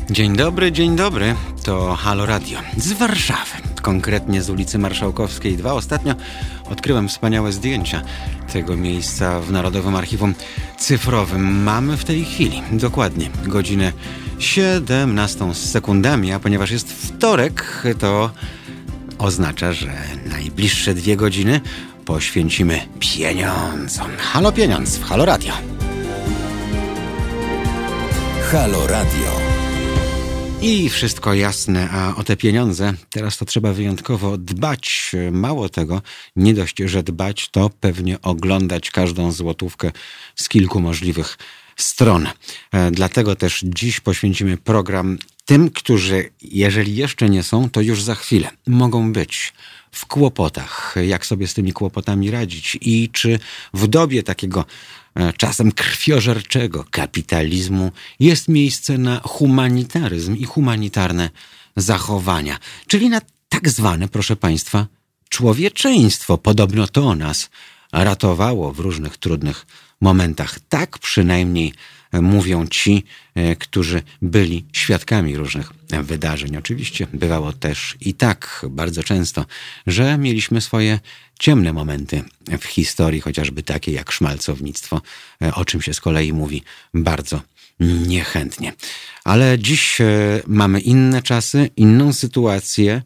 Dzień dobry, to Halo Radio z Warszawy, konkretnie z ulicy Marszałkowskiej 2. Ostatnio odkryłem wspaniałe zdjęcia tego miejsca w Narodowym Archiwum Cyfrowym. Mamy w tej chwili dokładnie godzinę 17 z sekundami, a ponieważ jest wtorek, to oznacza, że najbliższe 2 godziny poświęcimy pieniądzom. Halo Pieniądz w Halo Radio. Halo Radio. I wszystko jasne, a o te pieniądze teraz to trzeba wyjątkowo dbać. Mało tego, nie dość, że dbać, to pewnie oglądać każdą złotówkę z kilku możliwych stron. Dlatego też dziś poświęcimy program tym, którzy, jeżeli jeszcze nie są, to już za chwilę mogą być w kłopotach. Jak sobie z tymi kłopotami radzić i czy w dobie takiego czasem krwiożerczego kapitalizmu jest miejsce na humanitaryzm i humanitarne zachowania, czyli na tak zwane, proszę Państwa, człowieczeństwo. Podobno to nas ratowało w różnych trudnych momentach. Tak przynajmniej mówią ci, którzy byli świadkami różnych wydarzeń. Oczywiście bywało też i tak bardzo często, że mieliśmy swoje ciemne momenty w historii, chociażby takie jak szmalcownictwo, o czym się z kolei mówi bardzo niechętnie. Ale dziś mamy inne czasy, inną sytuację,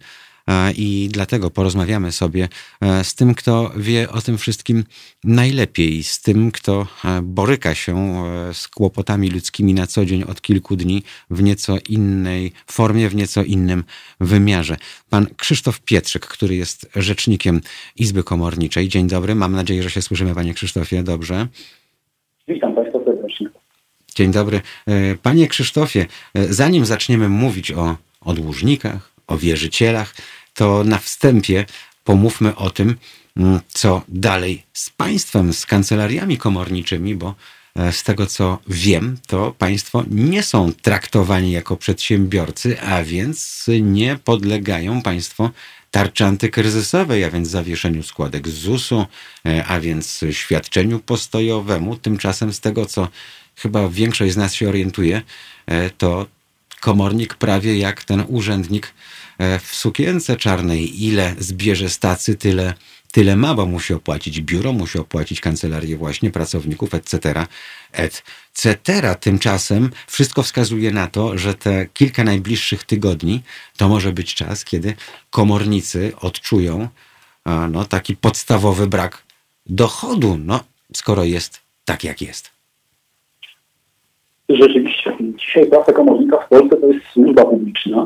i dlatego porozmawiamy sobie z tym, kto wie o tym wszystkim najlepiej, z tym, kto boryka się z kłopotami ludzkimi na co dzień od kilku dni w nieco innej formie, w nieco innym wymiarze. Pan Krzysztof Pietrzyk, który jest rzecznikiem Izby Komorniczej. Dzień dobry, mam nadzieję, że się słyszymy, panie Krzysztofie, dobrze? Witam Państwa serdecznie. Dzień dobry. Panie Krzysztofie, zanim zaczniemy mówić o dłużnikach, o wierzycielach, to na wstępie pomówmy o tym, co dalej z państwem, z kancelariami komorniczymi, bo z tego, co wiem, to państwo nie są traktowani jako przedsiębiorcy, a więc nie podlegają państwo tarczy antykryzysowej, a więc zawieszeniu składek z ZUS-u, a więc świadczeniu postojowemu. Tymczasem z tego, co chyba większość z nas się orientuje, to komornik prawie jak ten urzędnik w sukience czarnej. Ile zbierze z tacy, tyle ma, bo musi opłacić biuro, musi opłacić kancelarię właśnie, pracowników, etc., etc. Tymczasem wszystko wskazuje na to, że te kilka najbliższych tygodni to może być czas, kiedy komornicy odczują taki podstawowy brak dochodu, skoro jest tak, jak jest. Rzeczywiście, dzisiaj praca komornika w Polsce to jest służba publiczna.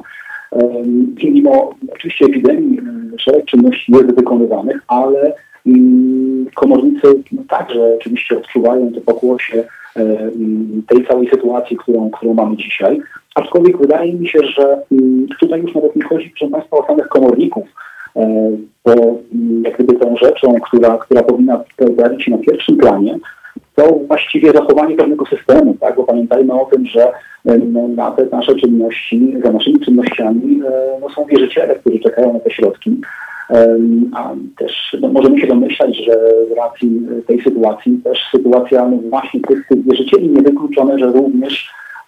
Mimo oczywiście epidemii szereg czynności jest wykonywanych, ale komornicy także oczywiście odczuwają to pokłosie tej całej sytuacji, którą mamy dzisiaj. Aczkolwiek wydaje mi się, że tutaj już nawet nie chodzi, proszę Państwa, o samych komorników, bo jak gdyby tą rzeczą, która powinna pojawić się na pierwszym planie, to właściwie zachowanie pewnego systemu, tak? Bo pamiętajmy o tym, że na te nasze czynności, za naszymi czynnościami są wierzyciele, którzy czekają na te środki, a też możemy się domyślać, że z racji tej sytuacji też sytuacja właśnie tych wierzycieli niewykluczone, że również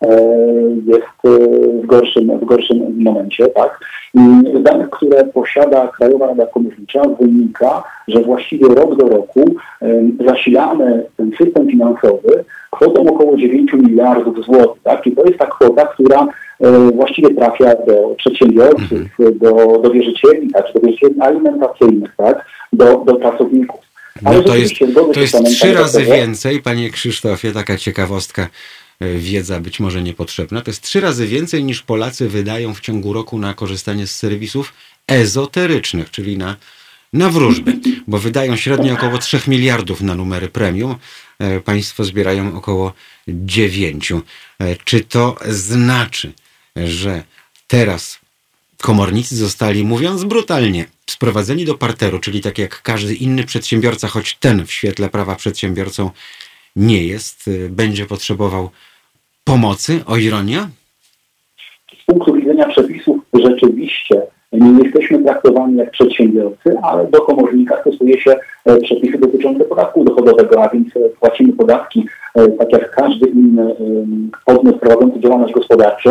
jest w gorszym momencie, tak? Z danych, które posiada Krajowa Rada Komornicza, wynika, że właściwie rok do roku zasilamy ten system finansowy kwotą około 9 miliardów złotych, tak? I to jest ta kwota, która właściwie trafia do przedsiębiorców, do wierzycieli, tak? Do wierzycieli alimentacyjnych, tak? Do pracowników. Ale to jest 3 razy więcej, panie Krzysztofie, taka ciekawostka, wiedza być może niepotrzebna. To jest 3 razy więcej niż Polacy wydają w ciągu roku na korzystanie z serwisów ezoterycznych, czyli na wróżby, bo wydają średnio około 3 miliardów na numery premium. Państwo zbierają około 9. Czy to znaczy, że teraz komornicy zostali, mówiąc brutalnie, sprowadzeni do parteru, czyli tak jak każdy inny przedsiębiorca, choć ten w świetle prawa przedsiębiorcą nie jest, będzie potrzebował pomocy? O ironia? Z punktu widzenia przepisów rzeczywiście nie jesteśmy traktowani jak przedsiębiorcy, ale do komornika stosuje się przepisy dotyczące podatku dochodowego, a więc płacimy podatki tak jak każdy inny podmiot prowadzący działalność gospodarczą.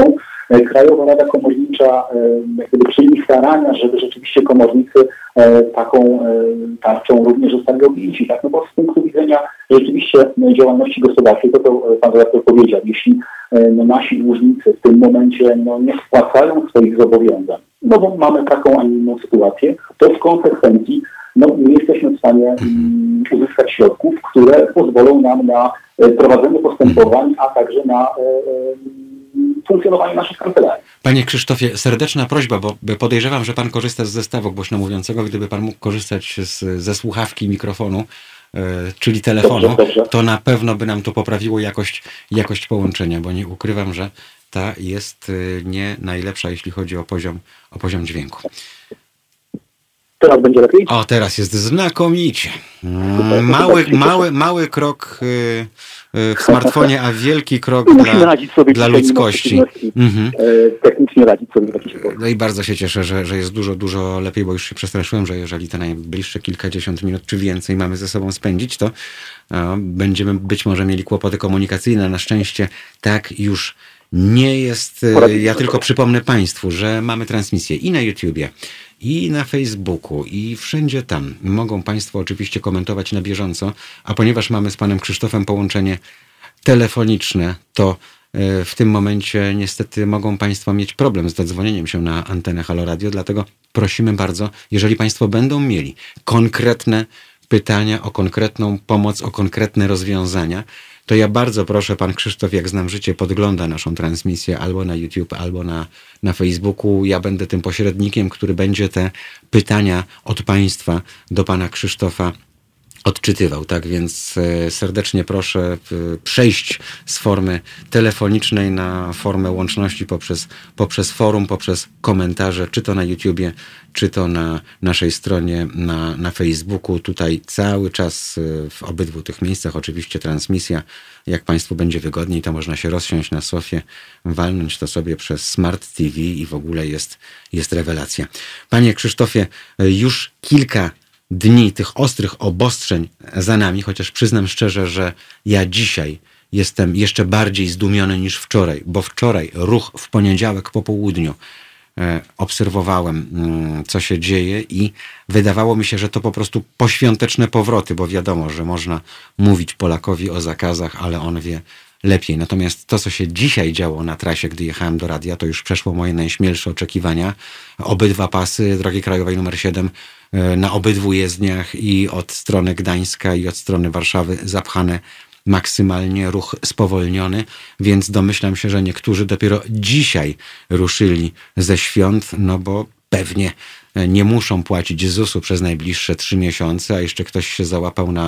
Krajowa Rada Komornicza jak gdyby czyni starania, żeby rzeczywiście komornicy taką tarczą również zostali objęci, tak? No bo z punktu widzenia rzeczywiście działalności gospodarczej, to pan redaktor powiedział, jeśli nasi dłużnicy w tym momencie nie spłacają swoich zobowiązań, no bo mamy taką, a nie inną sytuację, to w konsekwencji nie jesteśmy w stanie uzyskać środków, które pozwolą nam na prowadzenie postępowań, a także na funkcjonowanie naszych kancelarii. Panie Krzysztofie, serdeczna prośba, bo podejrzewam, że pan korzysta z zestawu głośno mówiącego. Gdyby pan mógł korzystać ze słuchawki mikrofonu, czyli telefonu, dobrze. To na pewno by nam to poprawiło jakość połączenia, bo nie ukrywam, że ta jest nie najlepsza, jeśli chodzi o poziom dźwięku. Teraz będzie lepiej? O, teraz jest znakomicie. Mały krok w smartfonie, a wielki krok dla ludzkości. Technicznie radzić sobie w jakiś sposób. No i bardzo się cieszę, że jest dużo lepiej, bo już się przestraszyłem, że jeżeli te najbliższe kilkadziesiąt minut czy więcej mamy ze sobą spędzić, to będziemy być może mieli kłopoty komunikacyjne. Na szczęście tak już nie jest. Ja tylko przypomnę Państwu, że mamy transmisję i na YouTubie, i na Facebooku, i wszędzie tam. Mogą Państwo oczywiście komentować na bieżąco, a ponieważ mamy z panem Krzysztofem połączenie telefoniczne, to w tym momencie niestety mogą Państwo mieć problem z dodzwonieniem się na antenę Halo Radio, dlatego prosimy bardzo, jeżeli Państwo będą mieli konkretne pytania o konkretną pomoc, o konkretne rozwiązania, to ja bardzo proszę, pan Krzysztof, jak znam życie, podgląda naszą transmisję albo na YouTube, albo na Facebooku. Ja będę tym pośrednikiem, który będzie te pytania od Państwa do pana Krzysztofa odczytywał. Tak więc serdecznie proszę przejść z formy telefonicznej na formę łączności poprzez forum, poprzez komentarze, czy to na YouTubie, czy to na naszej stronie na Facebooku. Tutaj cały czas w obydwu tych miejscach oczywiście transmisja. Jak Państwu będzie wygodniej, to można się rozsiąść na sofie, walnąć to sobie przez Smart TV i w ogóle jest rewelacja. Panie Krzysztofie, już kilka dni tych ostrych obostrzeń za nami, chociaż przyznam szczerze, że ja dzisiaj jestem jeszcze bardziej zdumiony niż wczoraj, bo wczoraj ruch w poniedziałek po południu obserwowałem, co się dzieje i wydawało mi się, że to po prostu poświąteczne powroty, bo wiadomo, że można mówić Polakowi o zakazach, ale on wie lepiej. Natomiast to, co się dzisiaj działo na trasie, gdy jechałem do radia, to już przeszło moje najśmielsze oczekiwania. Obydwa pasy drogi krajowej numer 7 na obydwu jezdniach i od strony Gdańska i od strony Warszawy zapchane maksymalnie, ruch spowolniony, więc domyślam się, że niektórzy dopiero dzisiaj ruszyli ze świąt, no bo pewnie nie muszą płacić ZUS-u przez najbliższe 3 miesiące, a jeszcze ktoś się załapał na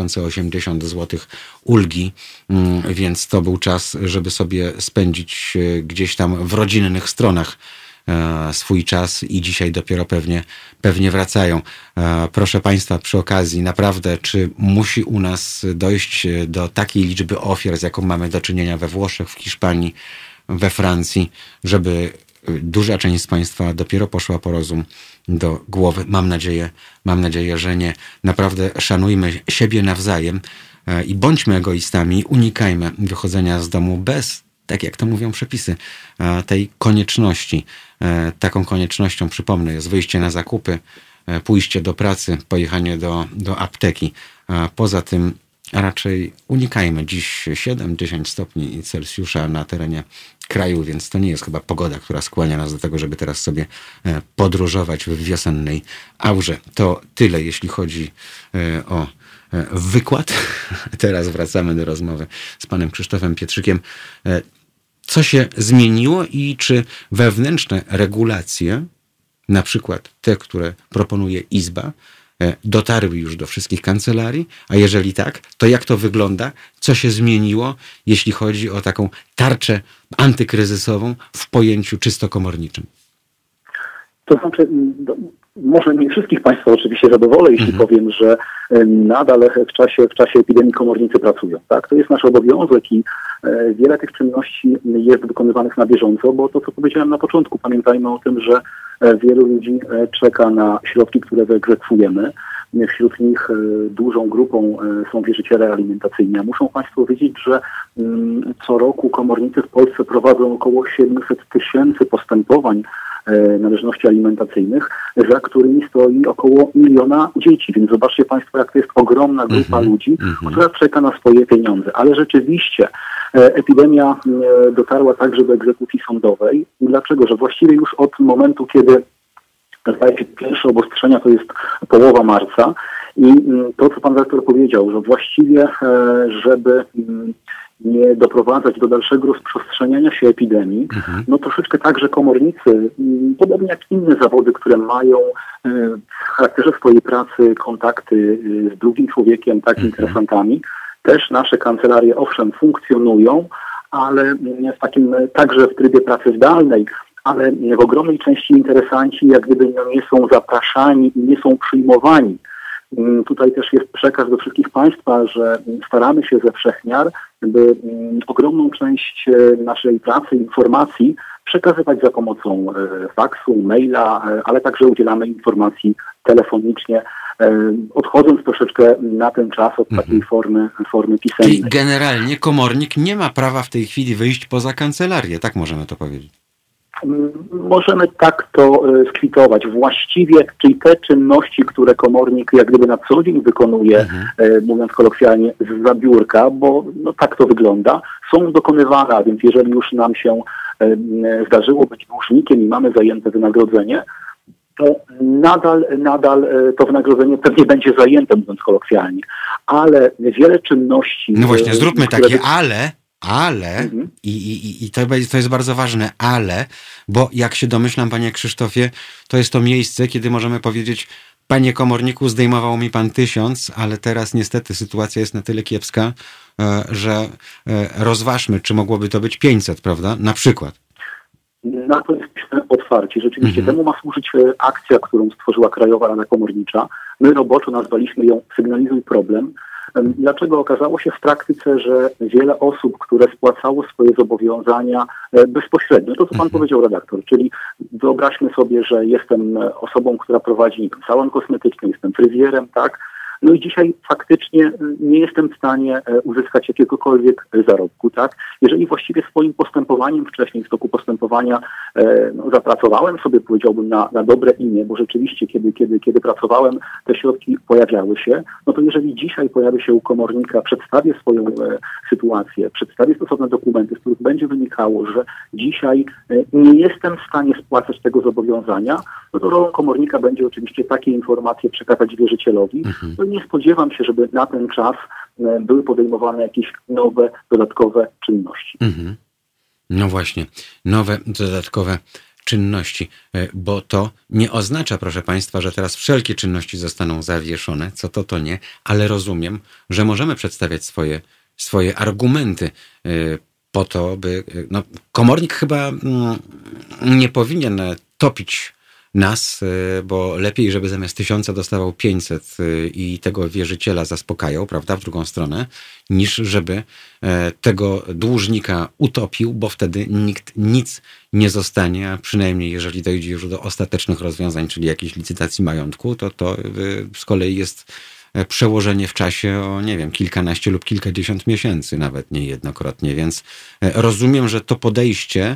2080 zł ulgi, więc to był czas, żeby sobie spędzić gdzieś tam w rodzinnych stronach swój czas i dzisiaj dopiero pewnie wracają. Proszę Państwa, przy okazji, naprawdę, czy musi u nas dojść do takiej liczby ofiar, z jaką mamy do czynienia we Włoszech, w Hiszpanii, we Francji, żeby duża część z Państwa dopiero poszła po rozum do głowy? Mam nadzieję, że nie. Naprawdę szanujmy siebie nawzajem i bądźmy egoistami, unikajmy wychodzenia z domu bez, tak jak to mówią przepisy, tej konieczności. Taką koniecznością, przypomnę, jest wyjście na zakupy, pójście do pracy, pojechanie do apteki. Poza tym raczej unikajmy. Dziś 7-10 stopni Celsjusza na terenie kraju, więc to nie jest chyba pogoda, która skłania nas do tego, żeby teraz sobie podróżować w wiosennej aurze. To tyle, jeśli chodzi o wykład. Teraz wracamy do rozmowy z panem Krzysztofem Pietrzykiem. Co się zmieniło i czy wewnętrzne regulacje, na przykład te, które proponuje Izba, dotarły już do wszystkich kancelarii? A jeżeli tak, to jak to wygląda? Co się zmieniło, jeśli chodzi o taką tarczę antykryzysową w pojęciu czysto komorniczym? To znaczy, może nie wszystkich Państwa oczywiście zadowolę, jeśli powiem, że nadal w czasie epidemii komornicy pracują. Tak? To jest nasz obowiązek i wiele tych czynności jest wykonywanych na bieżąco, bo to, co powiedziałem na początku, pamiętajmy o tym, że wielu ludzi czeka na środki, które wyegzekwujemy. Wśród nich dużą grupą są wierzyciele alimentacyjni. A muszą Państwo wiedzieć, że co roku komornicy w Polsce prowadzą około 700 000 postępowań należności alimentacyjnych, za którymi stoi około 1 miliona dzieci. Więc zobaczcie Państwo, jak to jest ogromna grupa ludzi, która czeka na swoje pieniądze. Ale rzeczywiście epidemia dotarła także do egzekucji sądowej. Dlaczego? Że właściwie już od momentu, kiedy zdaje się pierwsze obostrzenia, to jest połowa marca, i to, co pan dyrektor powiedział, że właściwie, żeby nie doprowadzać do dalszego rozprzestrzeniania się epidemii, no troszeczkę także komornicy, podobnie jak inne zawody, które mają w charakterze swojej pracy kontakty z drugim człowiekiem, tak, interesantami, też nasze kancelarie owszem funkcjonują, ale w takim także w trybie pracy zdalnej, ale w ogromnej części interesanci jak gdyby nie są zapraszani i nie są przyjmowani. Tutaj też jest przekaz do wszystkich Państwa, że staramy się ze wszech miar, by ogromną część naszej pracy, informacji przekazywać za pomocą faksu, maila, ale także udzielamy informacji telefonicznie, odchodząc troszeczkę na ten czas od takiej formy pisemnej. Czyli generalnie komornik nie ma prawa w tej chwili wyjść poza kancelarię, tak możemy to powiedzieć? Możemy tak to skwitować. Właściwie, czyli te czynności, które komornik jak gdyby na co dzień wykonuje, mówiąc kolokwialnie, z biurka, bo no, tak to wygląda, są dokonywane, a więc jeżeli już nam się zdarzyło być dłużnikiem i mamy zajęte wynagrodzenie, to nadal to wynagrodzenie pewnie będzie zajęte, mówiąc kolokwialnie. Ale wiele czynności... No właśnie, zróbmy takie i to jest bardzo ważne, ale, bo jak się domyślam, panie Krzysztofie, to jest to miejsce, kiedy możemy powiedzieć: panie komorniku, zdejmował mi pan 1000, ale teraz niestety sytuacja jest na tyle kiepska, że rozważmy, czy mogłoby to być 500, prawda? Na przykład. Na to jesteśmy otwarci. Rzeczywiście temu ma służyć akcja, którą stworzyła Krajowa Rada Komornicza. My roboczo nazwaliśmy ją Sygnalizuj Problem. Dlaczego? Okazało się w praktyce, że wiele osób, które spłacało swoje zobowiązania bezpośrednio, to co pan powiedział redaktor, czyli wyobraźmy sobie, że jestem osobą, która prowadzi salon kosmetyczny, jestem fryzjerem, tak? No i dzisiaj faktycznie nie jestem w stanie uzyskać jakiegokolwiek zarobku, tak? Jeżeli właściwie swoim postępowaniem wcześniej, w toku postępowania zapracowałem sobie, powiedziałbym, na dobre imię, bo rzeczywiście kiedy pracowałem, te środki pojawiały się, no to jeżeli dzisiaj pojawi się u komornika, przedstawię swoją sytuację, przedstawię stosowne dokumenty, z których będzie wynikało, że dzisiaj nie jestem w stanie spłacać tego zobowiązania, no to rolą komornika będzie oczywiście takie informacje przekazać wierzycielowi. No nie spodziewam się, żeby na ten czas były podejmowane jakieś nowe, dodatkowe czynności. No właśnie, nowe, dodatkowe czynności, bo to nie oznacza, proszę Państwa, że teraz wszelkie czynności zostaną zawieszone, co to nie, ale rozumiem, że możemy przedstawiać swoje argumenty po to, by... No, komornik chyba nie powinien topić nas, bo lepiej, żeby zamiast 1000 dostawał 500 i tego wierzyciela zaspokajał, prawda, w drugą stronę, niż żeby tego dłużnika utopił, bo wtedy nikt nic nie zostanie, a przynajmniej jeżeli dojdzie już do ostatecznych rozwiązań, czyli jakiejś licytacji majątku, to z kolei jest przełożenie w czasie o, nie wiem, kilkanaście lub kilkadziesiąt miesięcy, nawet niejednokrotnie, więc rozumiem, że to podejście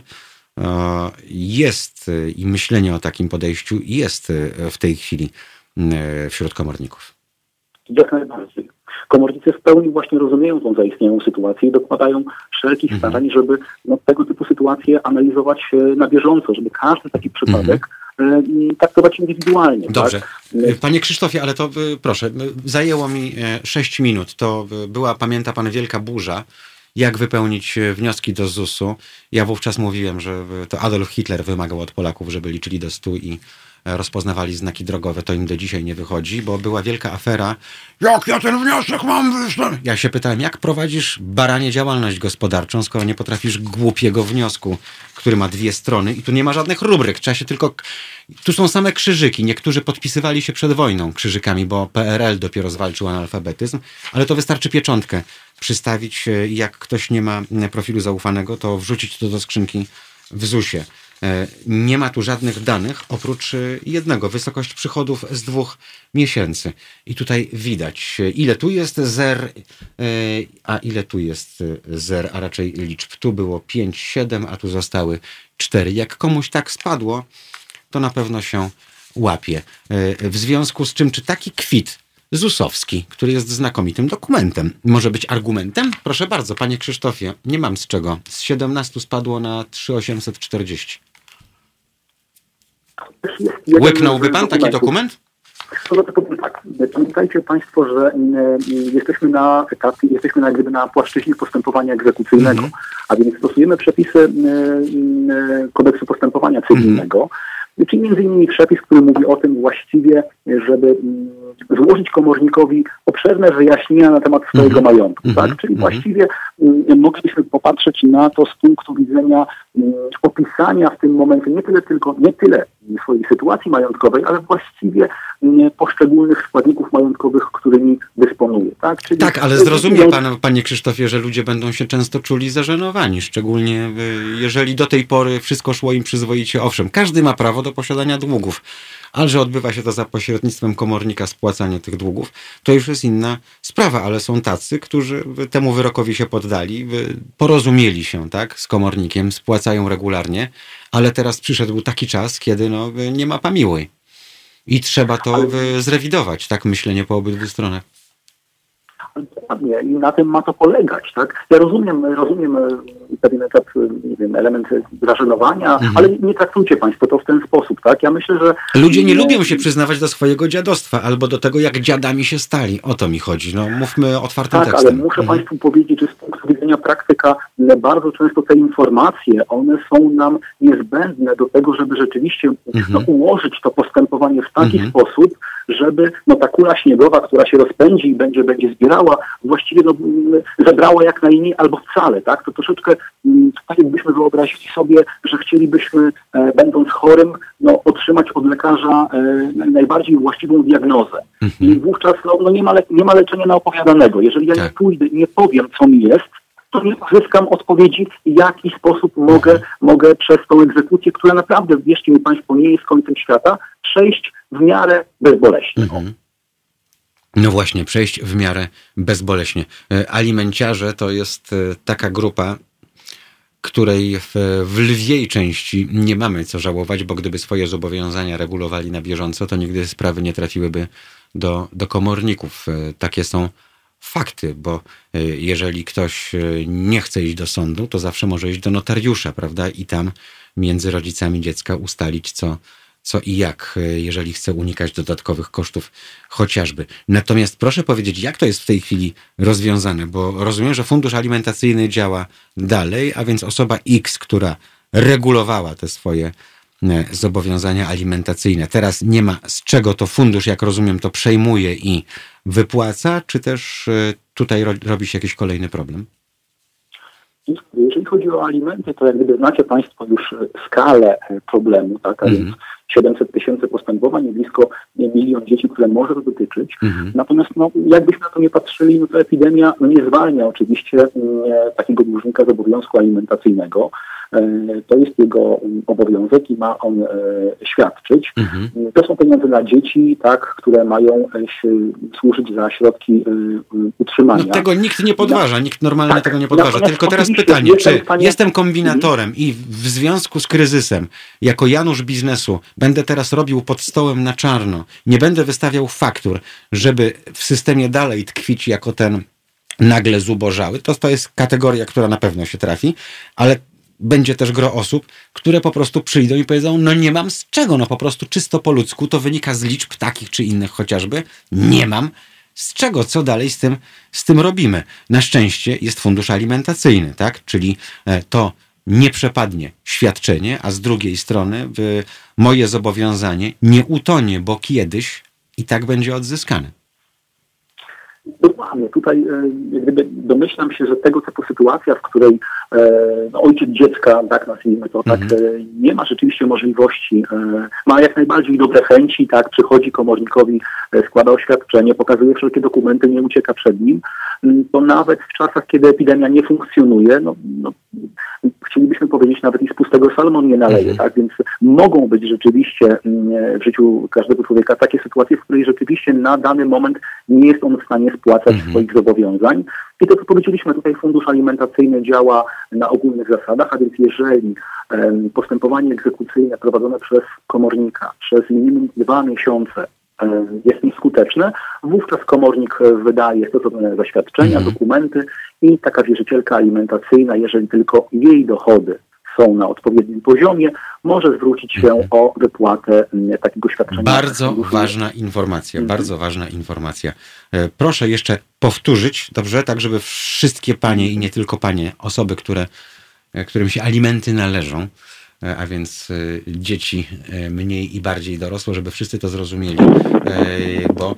jest i myślenie o takim podejściu jest w tej chwili wśród komorników. Jak najbardziej. Komornicy w pełni właśnie rozumieją tą zaistniałą sytuację i dokładają wszelkich starań, żeby tego typu sytuacje analizować na bieżąco, żeby każdy taki przypadek traktować indywidualnie. Dobrze. Tak? Panie Krzysztofie, ale to proszę, zajęło mi 6 minut. To była, pamięta pan, wielka burza. Jak wypełnić wnioski do ZUS-u. Ja wówczas mówiłem, że to Adolf Hitler wymagał od Polaków, żeby liczyli do 100 i rozpoznawali znaki drogowe. To im do dzisiaj nie wychodzi, bo była wielka afera. Jak ja ten wniosek mam wysłać? Ja się pytałem, jak prowadzisz, baranie, działalność gospodarczą, skoro nie potrafisz głupiego wniosku, który ma 2 strony i tu nie ma żadnych rubryk. Trzeba się tylko... Tu są same krzyżyki. Niektórzy podpisywali się przed wojną krzyżykami, bo PRL dopiero zwalczył analfabetyzm, ale to wystarczy pieczątkę przystawić. Jak ktoś nie ma profilu zaufanego, to wrzucić to do skrzynki w ZUS-ie. Nie ma tu żadnych danych oprócz jednego. Wysokość przychodów z 2 miesięcy. I tutaj widać, ile tu jest zer, a ile tu jest zer, a raczej liczb. Tu było 5, 7, a tu zostały 4. Jak komuś tak spadło, to na pewno się łapie. W związku z czym, czy taki kwit ZUS-owski, który jest znakomitym dokumentem, może być argumentem? Proszę bardzo, panie Krzysztofie, nie mam z czego. Z 17 spadło na 3,840. Łyknąłby pan taki dokument? Tak. Pamiętajcie Państwo, że jesteśmy na etapie, jakby na płaszczyźnie postępowania egzekucyjnego, a więc stosujemy przepisy kodeksu postępowania cywilnego, czyli między innymi przepis, który mówi o tym właściwie, żeby złożyć komornikowi obszerne wyjaśnienia na temat swojego majątku. Tak? Czyli właściwie moglibyśmy popatrzeć na to z punktu widzenia opisania w tym momencie nie tyle swojej sytuacji majątkowej, ale właściwie poszczególnych składników majątkowych, którymi dysponuje. Tak, czyli tak, ale zrozumie pan, panie Krzysztofie, że ludzie będą się często czuli zażenowani, szczególnie jeżeli do tej pory wszystko szło im przyzwoicie. Owszem, każdy ma prawo do posiadania długów, ale że odbywa się to za pośrednictwem komornika spłacanie tych długów, to już jest inna sprawa, ale są tacy, którzy temu wyrokowi się poddali, porozumieli się tak, z komornikiem, spłacają regularnie, ale teraz przyszedł taki czas, kiedy nie ma pamiły. I trzeba to zrewidować, tak myślenie po obydwu stronach. Dokładnie. I na tym ma to polegać, tak? Ja rozumiem pewien etap, nie wiem, element zażenowania, ale nie traktujcie Państwo to w ten sposób, tak? Ja myślę, że... Ludzie nie lubią się przyznawać do swojego dziadostwa albo do tego, jak dziadami się stali. O to mi chodzi. Mówmy otwartym tekstem. Tak, ale muszę Państwu powiedzieć, że z punktu widzenia praktyka bardzo często te informacje, one są nam niezbędne do tego, żeby rzeczywiście ułożyć to postępowanie w taki sposób, żeby ta kula śniegowa, która się rozpędzi i będzie zbierała, właściwie zebrała jak najmniej albo wcale, tak? To troszeczkę tak jakbyśmy wyobrazili sobie, że chcielibyśmy, będąc chorym, otrzymać od lekarza najbardziej właściwą diagnozę. I wówczas nie ma leczenia na opowiadanego. Jeżeli ja nie pójdę i nie powiem, co mi jest, to nie uzyskam odpowiedzi, w jaki sposób mogę przez tą egzekucję, która naprawdę, wierzcie mi Państwo, nie jest końcem świata, przejść w miarę bezboleśnie. No właśnie, przejść w miarę bezboleśnie. Alimenciarze to jest taka grupa, której w lwiej części nie mamy co żałować, bo gdyby swoje zobowiązania regulowali na bieżąco, to nigdy sprawy nie trafiłyby do komorników. Takie są fakty, bo jeżeli ktoś nie chce iść do sądu, to zawsze może iść do notariusza, prawda? I tam między rodzicami dziecka ustalić, co i jak, jeżeli chce unikać dodatkowych kosztów chociażby. Natomiast proszę powiedzieć, jak to jest w tej chwili rozwiązane, bo rozumiem, że fundusz alimentacyjny działa dalej, a więc osoba X, która regulowała te swoje zobowiązania alimentacyjne, teraz nie ma z czego to fundusz, jak rozumiem, to przejmuje i wypłaca, czy też tutaj robi się jakiś kolejny problem? Jeżeli chodzi o alimenty, to jak gdyby znacie Państwo już skalę problemu, tak? A więc 700 000 postępowań, blisko 1 milion dzieci, które może to dotyczyć. Natomiast jakbyśmy na to nie patrzyli, to epidemia nie zwalnia oczywiście takiego dłużnika z obowiązku alimentacyjnego. To jest jego obowiązek i ma on świadczyć. To są pieniądze dla dzieci, tak, które mają służyć za środki utrzymania. Tego nikt nie podważa, nikt normalnie tego nie podważa. Tylko teraz pytanie, czy jestem kombinatorem i w związku z kryzysem, jako Janusz biznesu, będę teraz robił pod stołem na czarno, nie będę wystawiał faktur, żeby w systemie dalej tkwić jako ten nagle zubożały. To jest kategoria, która na pewno się trafi, ale będzie też gro osób, które po prostu przyjdą i powiedzą, nie mam z czego, po prostu czysto po ludzku, to wynika z liczb takich czy innych chociażby, nie mam z czego, co dalej z tym robimy. Na szczęście jest fundusz alimentacyjny, tak? Czyli to nie przepadnie świadczenie, a z drugiej strony moje zobowiązanie nie utonie, bo kiedyś i tak będzie odzyskane. Dokładnie. Tutaj jak gdyby domyślam się, że tego typu sytuacja, w której ojciec dziecka, tak nazwijmy to, tak, nie ma rzeczywiście możliwości, ma jak najbardziej dobre chęci, tak, przychodzi komornikowi, składa oświadczenie, pokazuje wszelkie dokumenty, nie ucieka przed nim, to nawet w czasach, kiedy epidemia nie funkcjonuje, chcielibyśmy powiedzieć, nawet i z pustego salmonu nie naleje, tak? Więc mogą być rzeczywiście w życiu każdego człowieka takie sytuacje, w której rzeczywiście na dany moment nie jest on w stanie spłacać swoich zobowiązań. I to, co powiedzieliśmy, tutaj fundusz alimentacyjny działa na ogólnych zasadach, a więc jeżeli postępowanie egzekucyjne prowadzone przez komornika przez minimum 2 miesiące jest nieskuteczne, wówczas komornik wydaje stosowne zaświadczenia, dokumenty i taka wierzycielka alimentacyjna, jeżeli tylko jej dochody są na odpowiednim poziomie, może zwrócić się o wypłatę takiego świadczenia. Bardzo ważna informacja, bardzo ważna informacja. Proszę jeszcze powtórzyć, dobrze, tak żeby wszystkie panie i nie tylko panie, osoby, którym się alimenty należą, a więc dzieci mniej i bardziej dorosłe, żeby wszyscy to zrozumieli, bo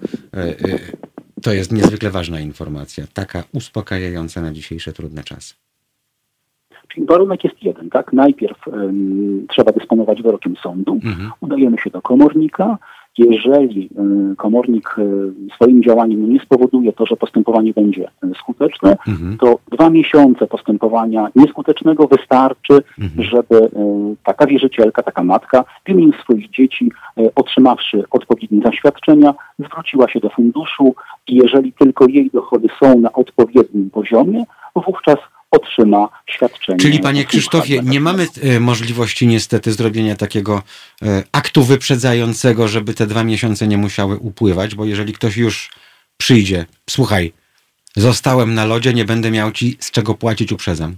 to jest niezwykle ważna informacja, taka uspokajająca na dzisiejsze trudne czasy. Czyli warunek jest jeden, tak? Najpierw trzeba dysponować wyrokiem sądu, udajemy się do komornika. Jeżeli komornik swoim działaniem nie spowoduje to, że postępowanie będzie skuteczne, to 2 miesiące postępowania nieskutecznego wystarczy, żeby taka wierzycielka, taka matka w imieniu swoich dzieci, otrzymawszy odpowiednie zaświadczenia, zwróciła się do funduszu i jeżeli tylko jej dochody są na odpowiednim poziomie, wówczas otrzyma świadczenie. Czyli panie Krzysztofie, nie mamy możliwości niestety zrobienia takiego aktu wyprzedzającego, żeby te 2 miesiące nie musiały upływać, bo jeżeli ktoś już przyjdzie, słuchaj, zostałem na lodzie, nie będę miał ci z czego płacić, uprzedzam.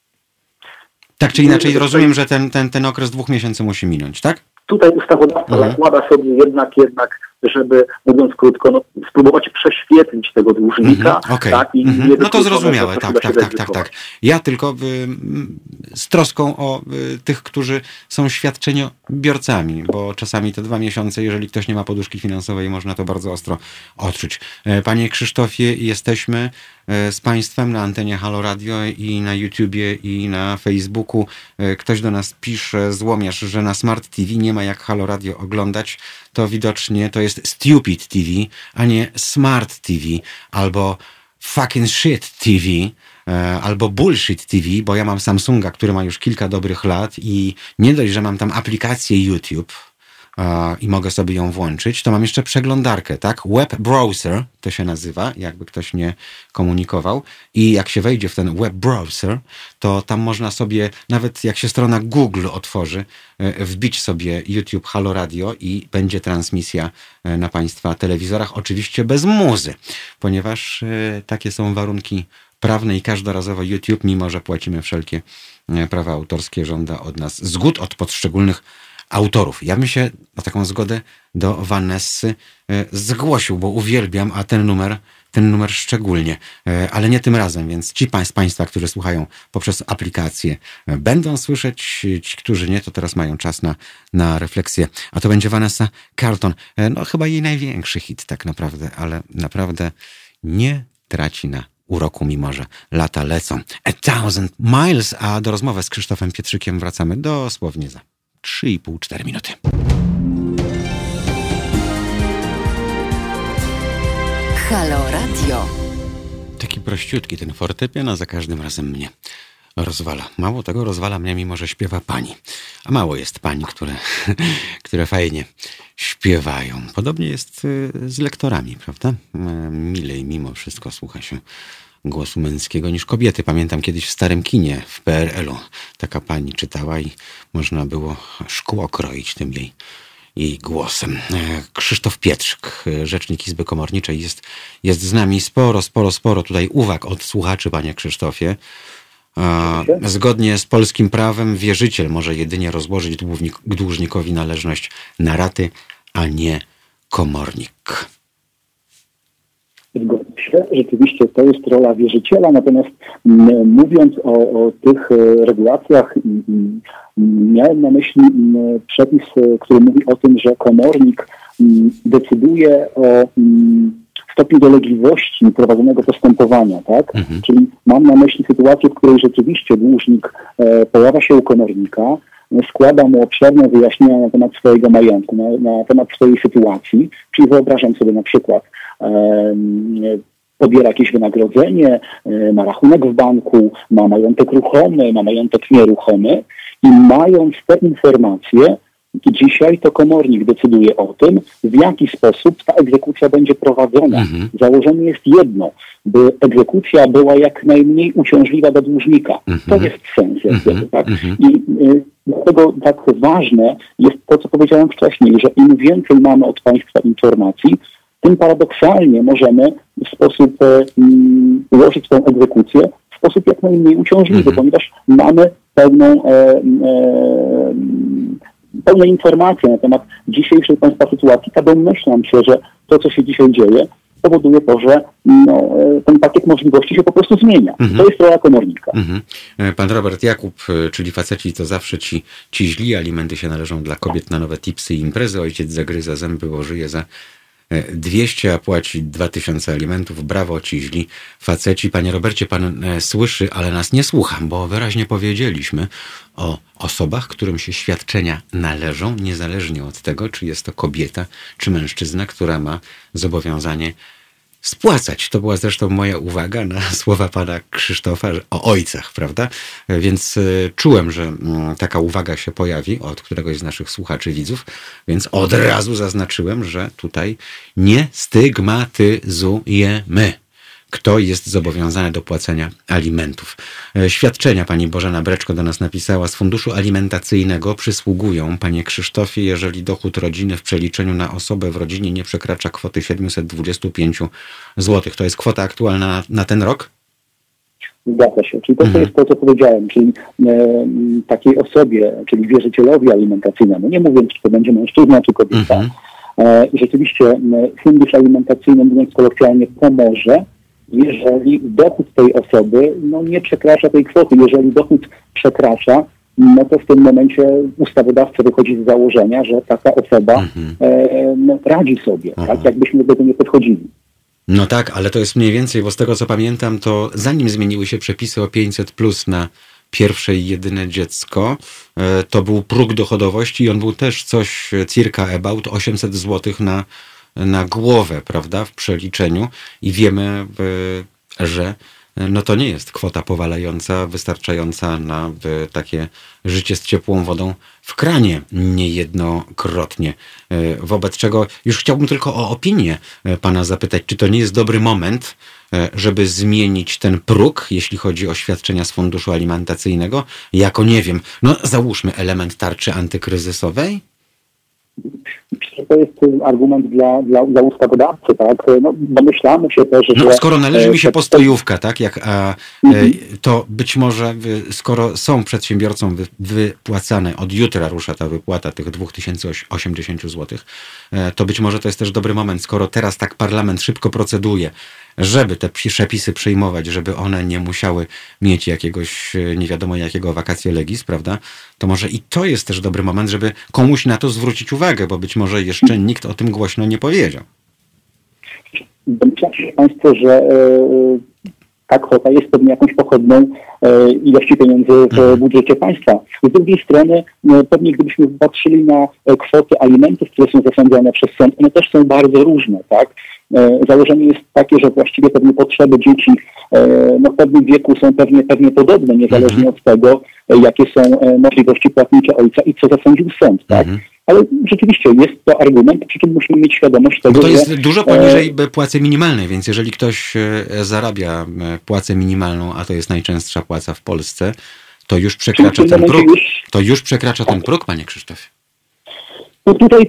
Tak czy inaczej, rozumiem, że ten okres 2 miesięcy musi minąć, tak? Tutaj ustawodawca zakłada sobie jednak, żeby, mówiąc krótko, spróbować prześwietlić tego dłużnika. Tak, no to zrozumiałe, tak. Ja tylko z troską o tych, którzy są świadczeniobiorcami, bo czasami te 2 miesiące, jeżeli ktoś nie ma poduszki finansowej, można to bardzo ostro odczuć. Panie Krzysztofie, jesteśmy z państwem na antenie Halo Radio i na YouTubie i na Facebooku. Ktoś do nas pisze, złomiarz, że na Smart TV nie ma jak Halo Radio oglądać. To widocznie to jest Stupid TV, a nie Smart TV, albo Fucking Shit TV, albo Bullshit TV, bo ja mam Samsunga, który ma już kilka dobrych lat i nie dość, że mam tam aplikację YouTube i mogę sobie ją włączyć, to mam jeszcze przeglądarkę, tak? Web browser to się nazywa, jakby ktoś nie komunikował. I jak się wejdzie w ten web browser, to tam można sobie, nawet jak się strona Google otworzy, wbić sobie YouTube Halo Radio i będzie transmisja na państwa telewizorach, oczywiście bez muzy, ponieważ takie są warunki prawne i każdorazowo YouTube, mimo że płacimy wszelkie prawa autorskie, żąda od nas zgód od poszczególnych autorów. Ja bym się na taką zgodę do Vanessy zgłosił, bo uwielbiam, a ten numer szczególnie, ale nie tym razem, więc ci z państwa, którzy słuchają poprzez aplikację, będą słyszeć, ci, którzy nie, to teraz mają czas na refleksję. A to będzie Vanessa Carlton. No chyba jej największy hit tak naprawdę, ale naprawdę nie traci na uroku, mimo że lata lecą. 1000 Miles, a do rozmowy z Krzysztofem Pietrzykiem wracamy dosłownie za 3,5-4 minuty. Halo Radio. Taki prościutki ten fortepian, a za każdym razem mnie rozwala. Mało tego, rozwala mnie, mimo że śpiewa pani. A mało jest pań, które fajnie śpiewają. Podobnie jest z lektorami, prawda? Milej mimo wszystko słucha się głosu męskiego niż kobiety. Pamiętam kiedyś w starym kinie w PRL-u taka pani czytała i można było szkło kroić tym jej głosem. Krzysztof Pietrzyk, rzecznik Izby Komorniczej, jest z nami. Sporo tutaj uwag od słuchaczy, panie Krzysztofie. Zgodnie z polskim prawem wierzyciel może jedynie rozłożyć dłużnikowi należność na raty, a nie komornik. Zgodzę się. Rzeczywiście to jest rola wierzyciela, natomiast mówiąc o tych regulacjach, miałem na myśli przepis, który mówi o tym, że komornik decyduje o stopniu dolegliwości prowadzonego postępowania, tak? Czyli mam na myśli sytuację, w której rzeczywiście dłużnik pojawia się u komornika, składa mu obszerne wyjaśnienia na temat swojego majątku, na temat swojej sytuacji, czyli wyobrażam sobie na przykład pobiera jakieś wynagrodzenie, ma rachunek w banku, ma majątek ruchomy, ma majątek nieruchomy i mając te informacje, dzisiaj to komornik decyduje o tym, w jaki sposób ta egzekucja będzie prowadzona. Założenie jest jedno, by egzekucja była jak najmniej uciążliwa dla dłużnika. To jest sens. Tak? I dlatego tak ważne jest to, co powiedziałem wcześniej, że im więcej mamy od państwa informacji, tym paradoksalnie możemy w sposób ułożyć tę egzekucję w sposób jak najmniej uciążliwy, ponieważ mamy pełne informacje na temat dzisiejszej państwa sytuacji. Tak domyślam się, że to, co się dzisiaj dzieje, powoduje to, że ten pakiet możliwości się po prostu zmienia. To jest rola komornika. Pan Robert Jakub, czyli faceci to zawsze ci źli, alimenty się należą dla kobiet na nowe tipsy i imprezy. Ojciec zagryza zęby, bo żyje za 200, a płaci 2000 alimentów. Brawo, ci źli faceci. Panie Robercie, pan słyszy, ale nas nie słucha, bo wyraźnie powiedzieliśmy o osobach, którym się świadczenia należą, niezależnie od tego, czy jest to kobieta, czy mężczyzna, która ma zobowiązanie spłacać. To była zresztą moja uwaga na słowa pana Krzysztofa o ojcach, prawda? Więc czułem, że taka uwaga się pojawi od któregoś z naszych słuchaczy, widzów, więc od razu zaznaczyłem, że tutaj nie stygmatyzujemy, kto jest zobowiązany do płacenia alimentów. Świadczenia, pani Bożena Breczko do nas napisała, z funduszu alimentacyjnego przysługują, panie Krzysztofie, jeżeli dochód rodziny w przeliczeniu na osobę w rodzinie nie przekracza kwoty 725 zł. To jest kwota aktualna na ten rok? Zgadza się. Czyli to jest to, co powiedziałem, czyli takiej osobie, czyli wierzycielowi alimentacyjnemu, nie mówiąc, czy to będzie mężczyzna, czy kobieta, rzeczywiście fundusz alimentacyjny, mówiąc kolokwialnie, pomoże, jeżeli dochód tej osoby nie przekracza tej kwoty. Jeżeli dochód przekracza, to w tym momencie ustawodawca wychodzi z założenia, że taka osoba radzi sobie, tak jakbyśmy do tego nie podchodzili. No tak, ale to jest mniej więcej, bo z tego co pamiętam, to zanim zmieniły się przepisy o 500+ na pierwsze i jedyne dziecko, to był próg dochodowości i on był też coś circa about 800 zł na głowę, prawda, w przeliczeniu i wiemy, że to nie jest kwota powalająca, wystarczająca na takie życie z ciepłą wodą w kranie niejednokrotnie. Wobec czego już chciałbym tylko o opinię pana zapytać, czy to nie jest dobry moment, żeby zmienić ten próg, jeśli chodzi o świadczenia z funduszu alimentacyjnego, jako, nie wiem, załóżmy element tarczy antykryzysowej? To jest argument dla ustawodawcy, tak? Domyślamy się też, że... skoro należy mi się postojówka, tak? To być może, skoro są przedsiębiorcom wypłacane, od jutra rusza ta wypłata tych 2080 zł, to być może to jest też dobry moment, skoro teraz tak parlament szybko proceduje, żeby te przepisy przyjmować, żeby one nie musiały mieć jakiegoś nie wiadomo jakiego vacatio legis, prawda? To może i to jest też dobry moment, żeby komuś na to zwrócić uwagę, bo być może jeszcze nikt o tym głośno nie powiedział. Domyślacie się państwo, że ta kwota jest pewnie jakąś pochodną ilości pieniędzy w budżecie państwa. Z drugiej strony, pewnie gdybyśmy patrzyli na kwoty alimentów, które są zasądzone przez sąd, one też są bardzo różne, tak? Założenie jest takie, że właściwie pewnie potrzeby dzieci w pewnym wieku są pewnie podobne, niezależnie od tego, jakie są możliwości płatnicze ojca i co zasądził sąd, tak? Ale rzeczywiście jest to argument, przy czym musimy mieć świadomość tego, bo to jest dużo poniżej płacy minimalnej, więc jeżeli ktoś zarabia płacę minimalną, a to jest najczęstsza płaca w Polsce, to już przekracza ten próg. To już przekracza ten próg, panie Krzysztofie. Tutaj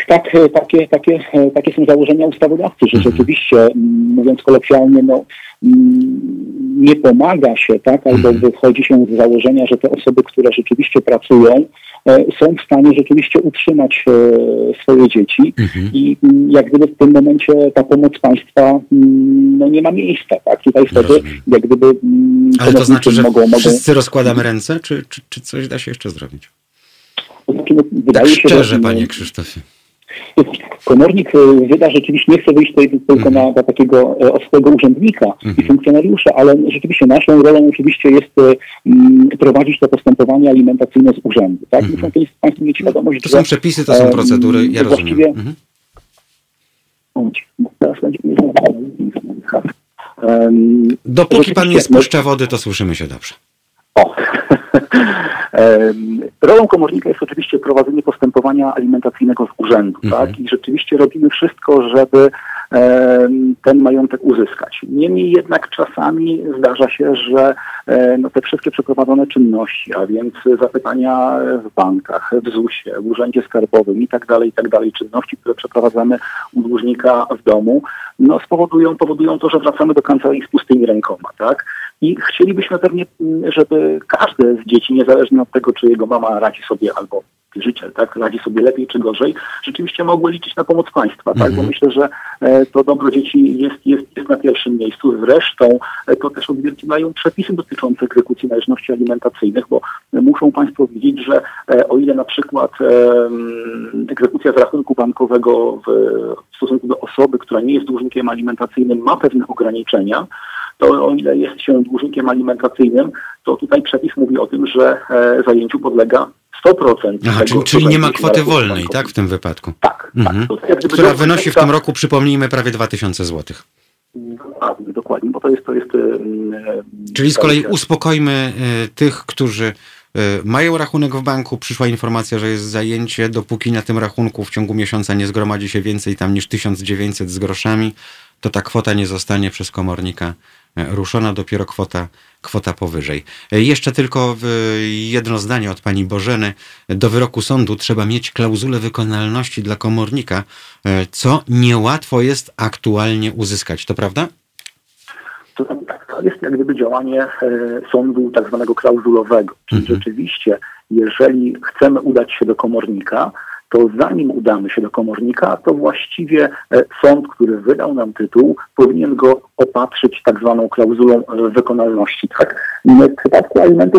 takie są założenia ustawodawcy, że rzeczywiście, mówiąc kolokwialnie, nie pomaga się, tak, albo wychodzi się z założenia, że te osoby, które rzeczywiście pracują, są w stanie rzeczywiście utrzymać swoje dzieci i jak gdyby w tym momencie ta pomoc państwa nie ma miejsca, tak? Tutaj wtedy jak gdyby... Ale to znaczy, że wszyscy rozkładamy ręce, czy coś da się jeszcze zrobić? To znaczy, wydaje się, szczerze, panie Krzysztofie. Komornik wyda rzeczywiście, nie chce wyjść tylko na takiego ostrego urzędnika i funkcjonariusza, ale rzeczywiście naszą rolą oczywiście jest prowadzić to postępowanie alimentacyjne z urzędu. Tak? Muszą państwo mieć świadomość, to są przepisy, to są procedury, ja rozumiem. Dopóki pan nie spuszcza wody, to słyszymy się dobrze. O. Rolą komornika jest oczywiście prowadzenie postępowania alimentacyjnego z urzędu, tak? I rzeczywiście robimy wszystko, żeby ten majątek uzyskać. Niemniej jednak czasami zdarza się, że te wszystkie przeprowadzone czynności, a więc zapytania w bankach, w ZUS-ie, w Urzędzie Skarbowym i tak dalej, czynności, które przeprowadzamy u dłużnika w domu, powodują to, że wracamy do kancelarii z pustymi rękoma, tak? I chcielibyśmy pewnie, żeby każde z dzieci, niezależnie od tego, czy jego mama radzi sobie albo wierzyciel, tak, radzi sobie lepiej czy gorzej, rzeczywiście mogły liczyć na pomoc państwa, tak, bo myślę, że to dobro dzieci jest na pierwszym miejscu. Zresztą to też odzwierciedlają przepisy dotyczące egzekucji należności alimentacyjnych, bo muszą państwo wiedzieć, że o ile na przykład egzekucja z rachunku bankowego w stosunku do osoby, która nie jest dłużnikiem alimentacyjnym, ma pewne ograniczenia, to o ile jest się dłużnikiem alimentacyjnym, to tutaj przepis mówi o tym, że zajęciu podlega 100%. Aha, czyli nie ma kwoty wolnej, tak, w tym wypadku? Tak. Tak. Która wynosi w tym roku, przypomnijmy, prawie 2000 zł. Dokładnie, bo to jest... Czyli z kolei uspokojmy tych, którzy mają rachunek w banku, przyszła informacja, że jest zajęcie, dopóki na tym rachunku w ciągu miesiąca nie zgromadzi się więcej tam niż 1900 z groszami, to ta kwota nie zostanie przez komornika ruszona, dopiero kwota powyżej. Jeszcze tylko jedno zdanie od pani Bożeny. Do wyroku sądu trzeba mieć klauzulę wykonalności dla komornika, co niełatwo jest aktualnie uzyskać. To prawda? To jest jak gdyby działanie sądu tak zwanego klauzulowego. Czyli rzeczywiście, jeżeli chcemy udać się do komornika, to zanim udamy się do komornika, to właściwie sąd, który wydał nam tytuł, powinien go opatrzyć tak zwaną klauzulą wykonalności. Tak? W przypadku alimentów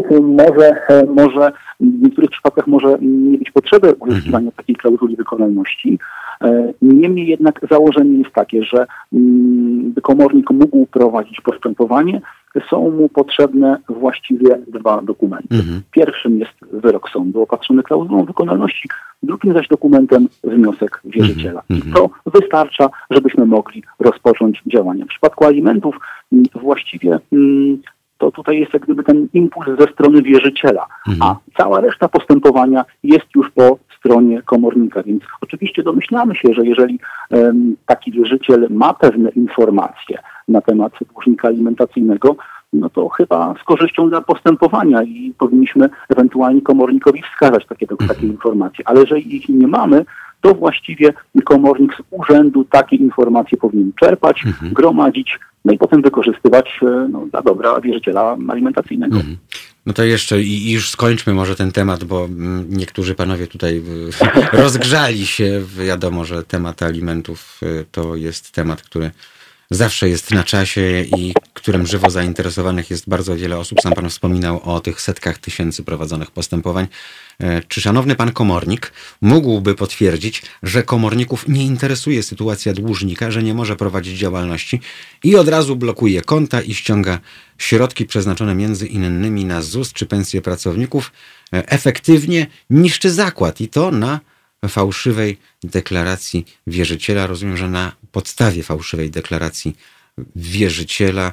może w niektórych przypadkach może nie być potrzeby uzyskiwania takiej klauzuli wykonalności. Niemniej jednak założenie jest takie, że by komornik mógł prowadzić postępowanie, są mu potrzebne właściwie dwa dokumenty. Pierwszym jest wyrok sądu opatrzony klauzulą wykonalności, drugim zaś dokumentem wniosek wierzyciela. I to wystarcza, żebyśmy mogli rozpocząć działania. W przypadku alimentów właściwie to tutaj jest jak gdyby ten impuls ze strony wierzyciela, a cała reszta postępowania jest już po stronie komornika, więc oczywiście domyślamy się, że jeżeli taki wierzyciel ma pewne informacje na temat dłużnika alimentacyjnego, no to chyba z korzyścią dla postępowania i powinniśmy ewentualnie komornikowi wskazać takie informacje. Ale jeżeli ich nie mamy, to właściwie komornik z urzędu takie informacje powinien czerpać, gromadzić, no i potem wykorzystywać dla dobra wierzyciela alimentacyjnego. No to jeszcze i już skończmy może ten temat, bo niektórzy panowie tutaj rozgrzali się. Wiadomo, że temat alimentów to jest temat, który zawsze jest na czasie i którym żywo zainteresowanych jest bardzo wiele osób. Sam pan wspominał o tych setkach tysięcy prowadzonych postępowań. Czy szanowny pan komornik mógłby potwierdzić, że komorników nie interesuje sytuacja dłużnika, że nie może prowadzić działalności i od razu blokuje konta i ściąga środki przeznaczone między innymi na ZUS czy pensje pracowników, efektywnie niszczy zakład i to na fałszywej deklaracji wierzyciela. Rozumiem, że na podstawie fałszywej deklaracji wierzyciela,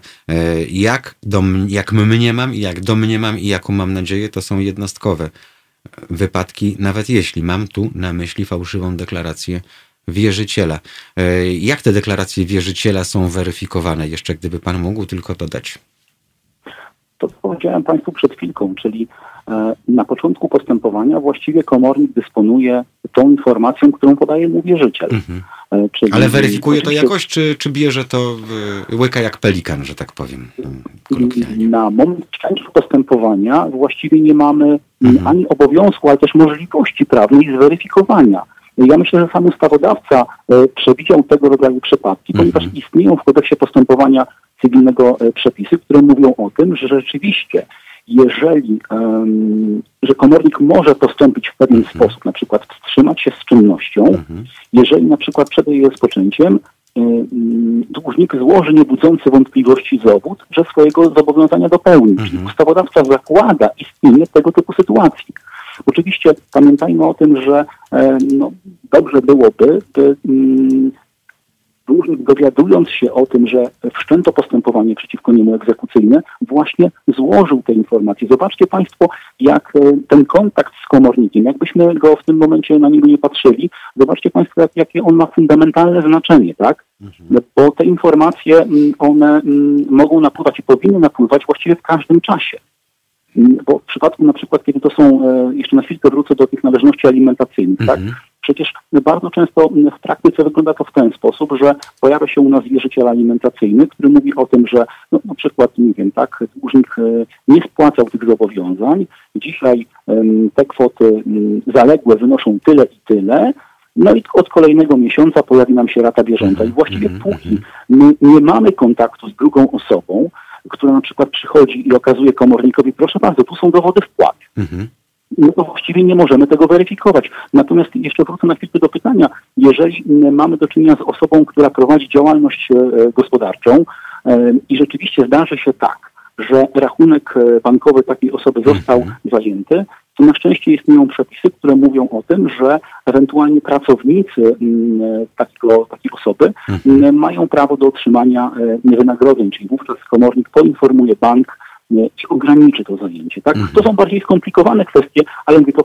jak mniemam i jak domniemam i jaką mam nadzieję, to są jednostkowe wypadki, nawet jeśli mam tu na myśli fałszywą deklarację wierzyciela. Jak te deklaracje wierzyciela są weryfikowane? Jeszcze gdyby pan mógł tylko dodać. To, co powiedziałem państwu przed chwilką, czyli na początku postępowania właściwie komornik dysponuje tą informacją, którą podaje mu wierzyciel. Czyli ale weryfikuje to jakoś, czy bierze to łyka jak pelikan, że tak powiem kolokwialnie? Na moment wszczęcia postępowania właściwie nie mamy ani obowiązku, ale też możliwości prawnej zweryfikowania. Ja myślę, że sam ustawodawca przewidział tego rodzaju przypadki, ponieważ istnieją w kodeksie postępowania cywilnego przepisy, które mówią o tym, że rzeczywiście jeżeli, że komornik może postąpić w pewien sposób, na przykład wstrzymać się z czynnością, jeżeli na przykład przed jej rozpoczęciem dłużnik złoży niebudzący wątpliwości dowód, że swojego zobowiązania dopełni. Czyli ustawodawca zakłada istnienie tego typu sytuacji. Oczywiście pamiętajmy o tym, że dobrze byłoby, by dłużnik, dowiadując się o tym, że wszczęto postępowanie przeciwko niemu egzekucyjne, właśnie złożył te informacje. Zobaczcie Państwo, jak ten kontakt z komornikiem, jakbyśmy go w tym momencie na niego nie patrzyli, zobaczcie Państwo, jakie on ma fundamentalne znaczenie, tak? Bo te informacje, one mogą napływać i powinny napływać właściwie w każdym czasie. Bo w przypadku na przykład, kiedy to są, jeszcze na chwilkę wrócę do tych należności alimentacyjnych, tak? Przecież bardzo często w praktyce wygląda to w ten sposób, że pojawia się u nas wierzyciel alimentacyjny, który mówi o tym, że na przykład, nie wiem, tak, dłużnik nie spłacał tych zobowiązań, dzisiaj te kwoty zaległe wynoszą tyle i tyle, no i od kolejnego miesiąca pojawi nam się rata bieżąca. I właściwie póki my nie mamy kontaktu z drugą osobą, która na przykład przychodzi i okazuje komornikowi, proszę bardzo, tu są dowody wpłat. No to właściwie nie możemy tego weryfikować. Natomiast jeszcze wrócę na chwilkę do pytania. Jeżeli mamy do czynienia z osobą, która prowadzi działalność gospodarczą i rzeczywiście zdarzy się tak, że rachunek bankowy takiej osoby został zajęty, to na szczęście istnieją przepisy, które mówią o tym, że ewentualnie pracownicy takiej osoby mają prawo do otrzymania wynagrodzeń, czyli wówczas komornik poinformuje bank i ograniczy to zajęcie. Tak? To są bardziej skomplikowane kwestie, ale mówię,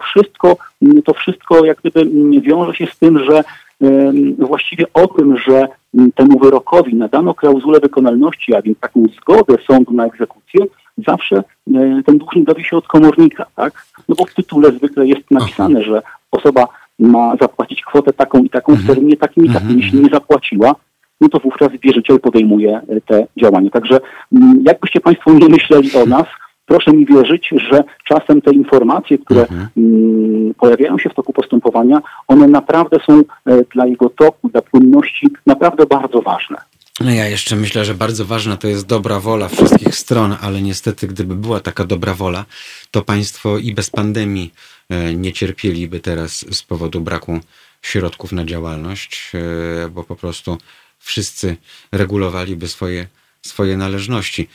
to wszystko jak gdyby wiąże się z tym, że właściwie o tym, że temu wyrokowi nadano klauzulę wykonalności, a więc taką zgodę sądu na egzekucję, zawsze ten dłużnik dowie się od komornika, tak? No bo w tytule zwykle jest napisane, że osoba ma zapłacić kwotę taką i taką w terminie takim i takim. Jeśli nie zapłaciła, no to wówczas wierzyciel podejmuje te działania. Także jakbyście Państwo nie myśleli o nas, proszę mi wierzyć, że czasem te informacje, które pojawiają się w toku postępowania, one naprawdę są dla jego toku, dla płynności naprawdę bardzo ważne. No ja jeszcze myślę, że bardzo ważna to jest dobra wola wszystkich stron, ale niestety gdyby była taka dobra wola, to państwo i bez pandemii nie cierpieliby teraz z powodu braku środków na działalność, bo po prostu wszyscy regulowaliby swoje należności.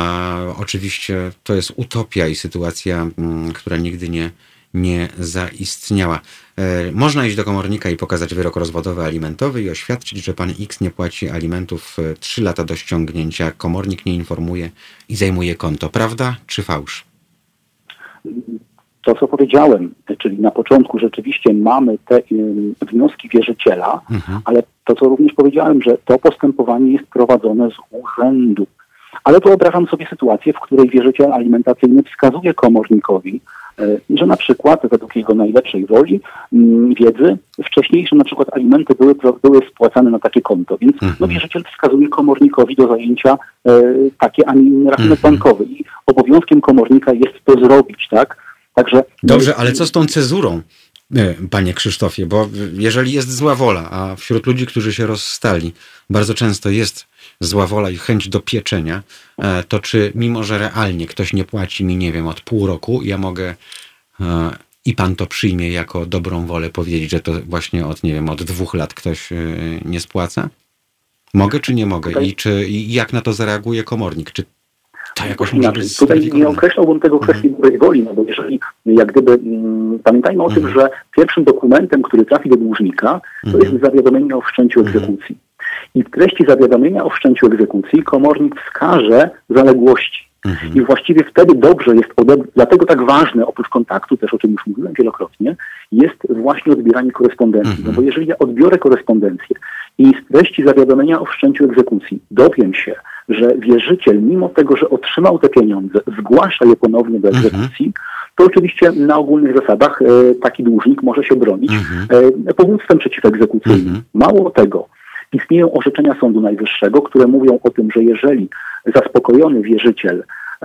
Oczywiście to jest utopia i sytuacja, która nigdy nie zaistniała. Można iść do komornika i pokazać wyrok rozwodowy alimentowy i oświadczyć, że pan X nie płaci alimentów 3 lata do ściągnięcia. Komornik nie informuje i zajmuje konto. Prawda czy fałsz? To, co powiedziałem, czyli na początku rzeczywiście mamy te wnioski wierzyciela, ale to, co również powiedziałem, że to postępowanie jest prowadzone z urzędu. Ale wyobrażam sobie sytuację, w której wierzyciel alimentacyjny wskazuje komornikowi, że na przykład według jego najlepszej woli, wiedzy, wcześniejsze na przykład alimenty były spłacane na takie konto, więc wierzyciel wskazuje komornikowi do zajęcia takie, a nie inny rachunek bankowy i obowiązkiem komornika jest to zrobić, tak? Także... Dobrze, ale co z tą cezurą, panie Krzysztofie? Bo jeżeli jest zła wola, a wśród ludzi, którzy się rozstali, bardzo często jest zła wola i chęć do pieczenia, to czy mimo, że realnie ktoś nie płaci mi, nie wiem, od pół roku, ja mogę i pan to przyjmie jako dobrą wolę powiedzieć, że to właśnie od 2 lat ktoś nie spłaca? Mogę czy nie mogę? I jak na to zareaguje komornik? Czy to jakoś może być tutaj nie określałbym tego kwestii dobrej woli, no bo jeżeli jak gdyby pamiętajmy o tym, że pierwszym dokumentem, który trafi do dłużnika, to jest zawiadomienie o wszczęciu egzekucji. I w treści zawiadomienia o wszczęciu egzekucji komornik wskaże zaległości. I właściwie wtedy dobrze jest, dlatego tak ważne, oprócz kontaktu też, o czym już mówiłem wielokrotnie, jest właśnie odbieranie korespondencji. No bo jeżeli ja odbiorę korespondencję i z treści zawiadomienia o wszczęciu egzekucji dowiem się, że wierzyciel, mimo tego, że otrzymał te pieniądze, zgłasza je ponownie do egzekucji, to oczywiście na ogólnych zasadach taki dłużnik może się bronić powództwem przeciwegzekucyjnym. Mało tego, istnieją orzeczenia Sądu Najwyższego, które mówią o tym, że jeżeli zaspokojony wierzyciel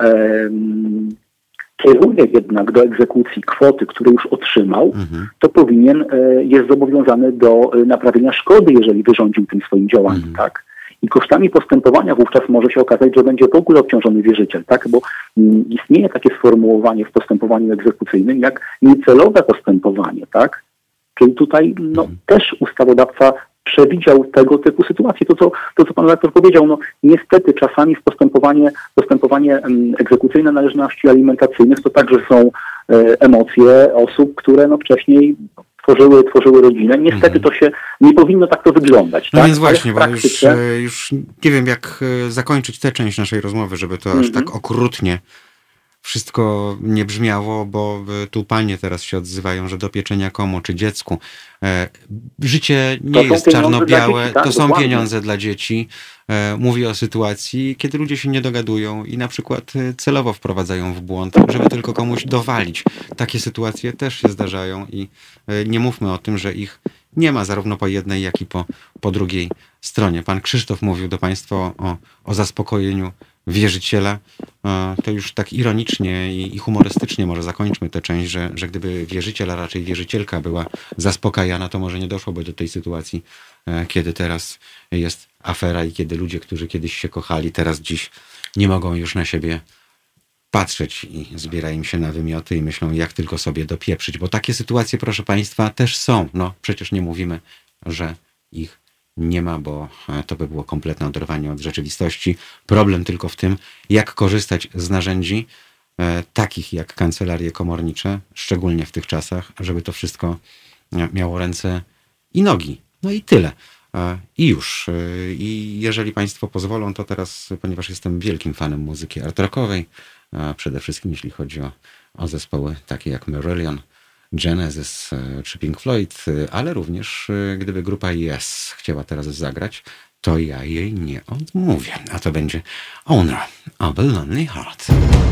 kieruje jednak do egzekucji kwoty, które już otrzymał, to jest zobowiązany do naprawienia szkody, jeżeli wyrządził tym swoim działaniem, tak? I kosztami postępowania wówczas może się okazać, że będzie w ogóle obciążony wierzyciel, tak? Bo istnieje takie sformułowanie w postępowaniu egzekucyjnym jak niecelowe postępowanie, tak? Czyli tutaj też ustawodawca przewidział tego typu sytuacje. To co pan redaktor powiedział, niestety czasami w postępowanie egzekucyjne należności alimentacyjnych to także są emocje osób, które wcześniej tworzyły rodzinę. Niestety to się nie powinno tak to wyglądać. No tak? więc właśnie, bo praktyce... już nie wiem, jak zakończyć tę część naszej rozmowy, żeby to aż tak okrutnie wszystko nie brzmiało, bo tu panie teraz się odzywają, że do pieczenia komu czy dziecku. Życie nie jest czarno-białe, dzieci, tak? To są Dokładnie. pieniądze dla dzieci. Mówi o sytuacji, kiedy ludzie się nie dogadują i na przykład celowo wprowadzają w błąd, żeby tylko komuś dowalić. Takie sytuacje też się zdarzają i nie mówmy o tym, że ich nie ma zarówno po jednej, jak i po drugiej stronie. Pan Krzysztof mówił do państwa o zaspokojeniu wierzyciela. To już tak ironicznie i humorystycznie może zakończmy tę część, że gdyby wierzyciel, a raczej wierzycielka była zaspokajana, to może nie doszłoby do tej sytuacji, kiedy teraz jest afera i kiedy ludzie, którzy kiedyś się kochali, dziś nie mogą już na siebie patrzeć i zbiera im się na wymioty i myślą, jak tylko sobie dopieprzyć. Bo takie sytuacje, proszę państwa, też są. No przecież nie mówimy, że ich nie ma, bo to by było kompletne oderwanie od rzeczywistości. Problem tylko w tym, jak korzystać z narzędzi takich jak kancelarie komornicze, szczególnie w tych czasach, żeby to wszystko miało ręce i nogi. No i tyle. I już. I jeżeli państwo pozwolą, to teraz, ponieważ jestem wielkim fanem muzyki art rockowej, przede wszystkim jeśli chodzi o zespoły takie jak Marillion, Genesis czy Pink Floyd, ale również gdyby grupa Yes chciała teraz zagrać, to ja jej nie odmówię. A to będzie Owner of a Lonely Heart.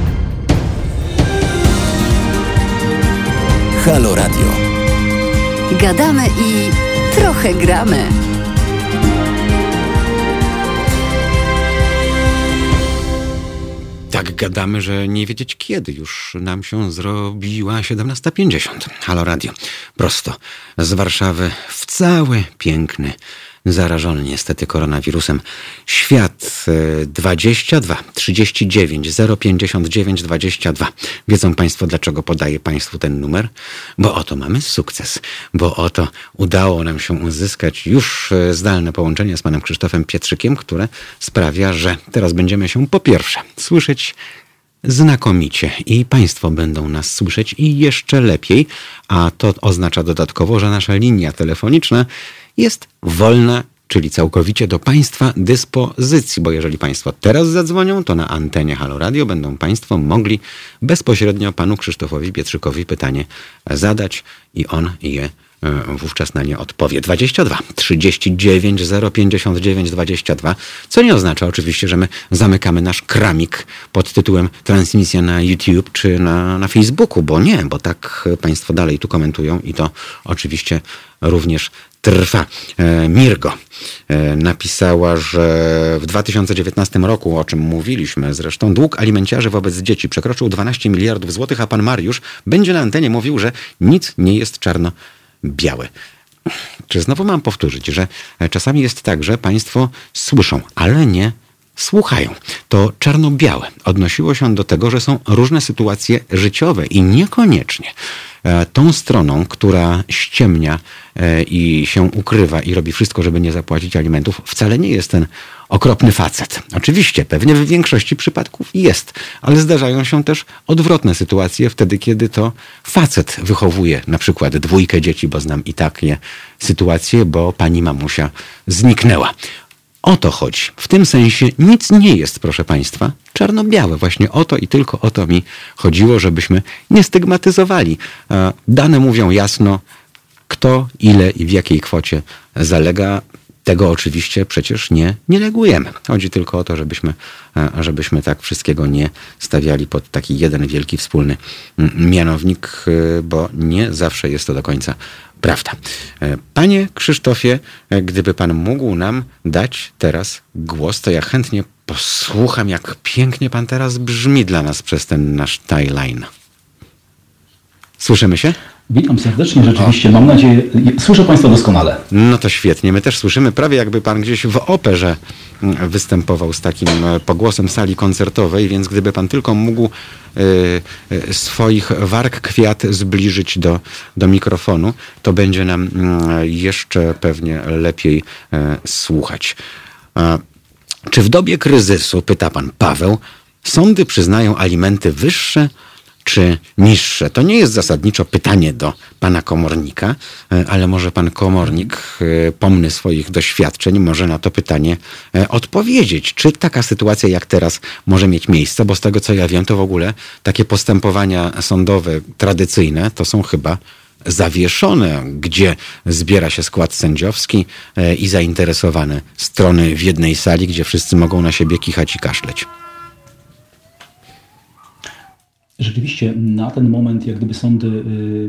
Halo Radio. Gadamy i trochę gramy. Tak gadamy, że nie wiedzieć kiedy już nam się zrobiła 17:50. Halo Radio. Prosto z Warszawy w cały piękny, zarażony niestety koronawirusem świat. 22 39 059 22. Wiedzą państwo, dlaczego podaję państwu ten numer? Bo oto mamy sukces. Bo oto udało nam się uzyskać już zdalne połączenie z panem Krzysztofem Pietrzykiem, które sprawia, że teraz będziemy się po pierwsze słyszeć znakomicie i państwo będą nas słyszeć i jeszcze lepiej, a to oznacza dodatkowo, że nasza linia telefoniczna jest wolna, czyli całkowicie do państwa dyspozycji, bo jeżeli państwo teraz zadzwonią, to na antenie Halo Radio będą państwo mogli bezpośrednio panu Krzysztofowi Pietrzykowi pytanie zadać i on je wówczas na nie odpowie. 22 39 059 22, co nie oznacza oczywiście, że my zamykamy nasz kramik pod tytułem transmisja na YouTube czy na Facebooku, bo nie, bo tak państwo dalej tu komentują i to oczywiście również trwa. Mirgo napisała, że w 2019 roku, o czym mówiliśmy zresztą, dług alimenciarzy wobec dzieci przekroczył 12 miliardów złotych, a pan Mariusz będzie na antenie mówił, że nic nie jest czarno-białe. Czy znowu mam powtórzyć, że czasami jest tak, że państwo słyszą, ale nie słuchają. To czarno-białe odnosiło się do tego, że są różne sytuacje życiowe i niekoniecznie tą stroną, która ściemnia i się ukrywa i robi wszystko, żeby nie zapłacić alimentów, wcale nie jest ten okropny facet. Oczywiście, pewnie w większości przypadków jest, ale zdarzają się też odwrotne sytuacje wtedy, kiedy to facet wychowuje na przykład 2 dzieci, bo znam i takie sytuacje, bo pani mamusia zniknęła. O to chodzi. W tym sensie nic nie jest, proszę państwa, czarno-białe. Właśnie o to i tylko o to mi chodziło, żebyśmy nie stygmatyzowali. Dane mówią jasno, kto, ile i w jakiej kwocie zalega. Tego oczywiście przecież nie negujemy. Chodzi tylko o to, żebyśmy tak wszystkiego nie stawiali pod taki jeden wielki wspólny mianownik, bo nie zawsze jest to do końca prawda. Panie Krzysztofie, gdyby pan mógł nam dać teraz głos, to ja chętnie posłucham, jak pięknie pan teraz brzmi dla nas przez ten nasz tie-line. Słyszymy się? Witam serdecznie, rzeczywiście, mam nadzieję, słyszę państwa doskonale. No to świetnie, my też słyszymy, prawie jakby pan gdzieś w operze występował z takim pogłosem sali koncertowej, więc gdyby pan tylko mógł swoich warg kwiat zbliżyć do mikrofonu, to będzie nam jeszcze pewnie lepiej słuchać. Czy w dobie kryzysu, pyta pan Paweł, sądy przyznają alimenty wyższe czy niższe? To nie jest zasadniczo pytanie do pana komornika, ale może pan komornik, pomny swoich doświadczeń, może na to pytanie odpowiedzieć. Czy taka sytuacja jak teraz może mieć miejsce? Bo z tego co ja wiem, to w ogóle takie postępowania sądowe tradycyjne to są chyba zawieszone, gdzie zbiera się skład sędziowski i zainteresowane strony w jednej sali, gdzie wszyscy mogą na siebie kichać i kaszleć. Rzeczywiście na ten moment jak gdyby sądy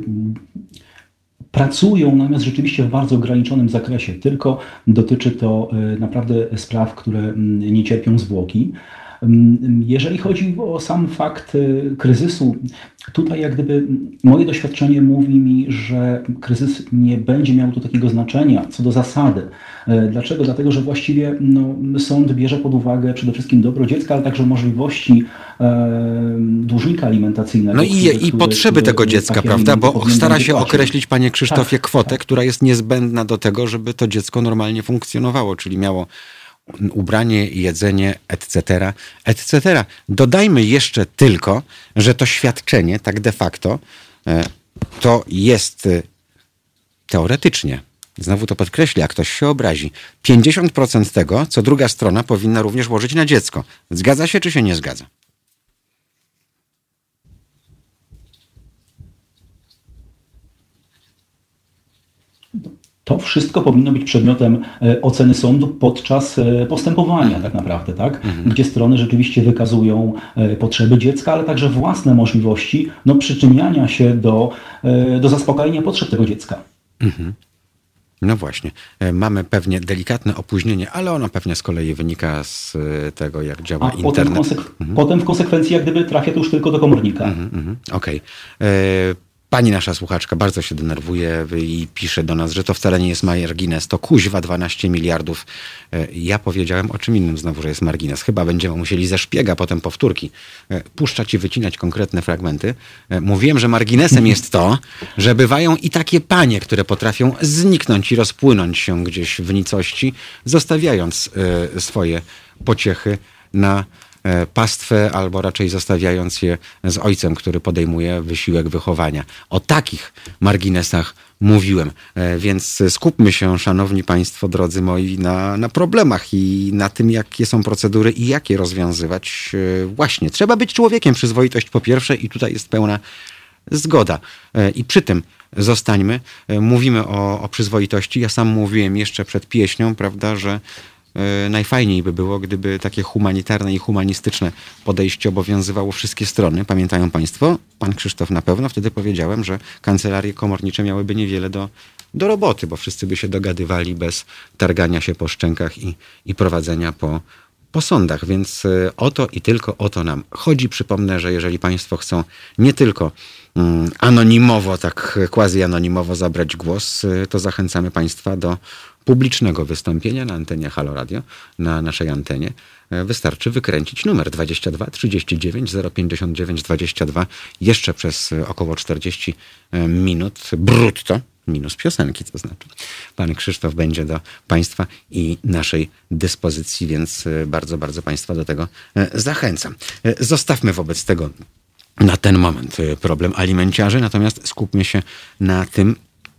pracują, natomiast rzeczywiście w bardzo ograniczonym zakresie. Tylko dotyczy to naprawdę spraw, które nie cierpią zwłoki. Jeżeli chodzi o sam fakt kryzysu, tutaj jak gdyby moje doświadczenie mówi mi, że kryzys nie będzie miał tu takiego znaczenia co do zasady. Dlaczego? Dlatego, że właściwie sąd bierze pod uwagę przede wszystkim dobro dziecka, ale także możliwości dłużnika alimentacyjnego. No i potrzeby tego dziecka, prawda? Bo stara się określić, panie Krzysztofie, kwotę, która jest niezbędna do tego, żeby to dziecko normalnie funkcjonowało, czyli miało ubranie, jedzenie, etc., etc. Dodajmy jeszcze tylko, że to świadczenie tak de facto to jest teoretycznie, znowu to podkreślę, jak ktoś się obrazi, 50% tego, co druga strona powinna również łożyć na dziecko. Zgadza się, czy się nie zgadza? To wszystko powinno być przedmiotem oceny sądu podczas postępowania tak naprawdę, tak? Gdzie strony rzeczywiście wykazują potrzeby dziecka, ale także własne możliwości przyczyniania się do zaspokojenia potrzeb tego dziecka. No właśnie. Mamy pewnie delikatne opóźnienie, ale ono pewnie z kolei wynika z tego, jak działa internet. Potem w konsekwencji jak gdyby trafia to już tylko do komornika. Okej. Pani nasza słuchaczka bardzo się denerwuje i pisze do nas, że to wcale nie jest margines, to kuźwa 12 miliardów. Ja powiedziałem o czym innym znowu, że jest margines. Chyba będziemy musieli ze szpiega potem powtórki puszczać i wycinać konkretne fragmenty. Mówiłem, że marginesem jest to, że bywają i takie panie, które potrafią zniknąć i rozpłynąć się gdzieś w nicości, zostawiając swoje pociechy na pastwę, albo raczej zostawiając je z ojcem, który podejmuje wysiłek wychowania. O takich marginesach mówiłem. Więc skupmy się, szanowni państwo, drodzy moi, na problemach i na tym, jakie są procedury i jak je rozwiązywać. Właśnie, trzeba być człowiekiem. Przyzwoitość po pierwsze i tutaj jest pełna zgoda. I przy tym zostańmy. Mówimy o przyzwoitości. Ja sam mówiłem jeszcze przed pieśnią, prawda, że najfajniej by było, gdyby takie humanitarne i humanistyczne podejście obowiązywało wszystkie strony. Pamiętają państwo? Pan Krzysztof na pewno. Wtedy powiedziałem, że kancelarie komornicze miałyby niewiele do roboty, bo wszyscy by się dogadywali bez targania się po szczękach i prowadzenia po sądach. Więc o to i tylko o to nam chodzi. Przypomnę, że jeżeli państwo chcą nie tylko anonimowo, tak quasi-anonimowo zabrać głos, to zachęcamy państwa do publicznego wystąpienia na antenie Halo Radio, na naszej antenie. Wystarczy wykręcić numer 22 39 059 22 jeszcze przez około 40 minut brutto, minus piosenki, to znaczy. Pan Krzysztof będzie do państwa i naszej dyspozycji, więc bardzo, bardzo państwa do tego zachęcam. Zostawmy wobec tego na ten moment problem alimenciarzy, natomiast skupmy się na tym,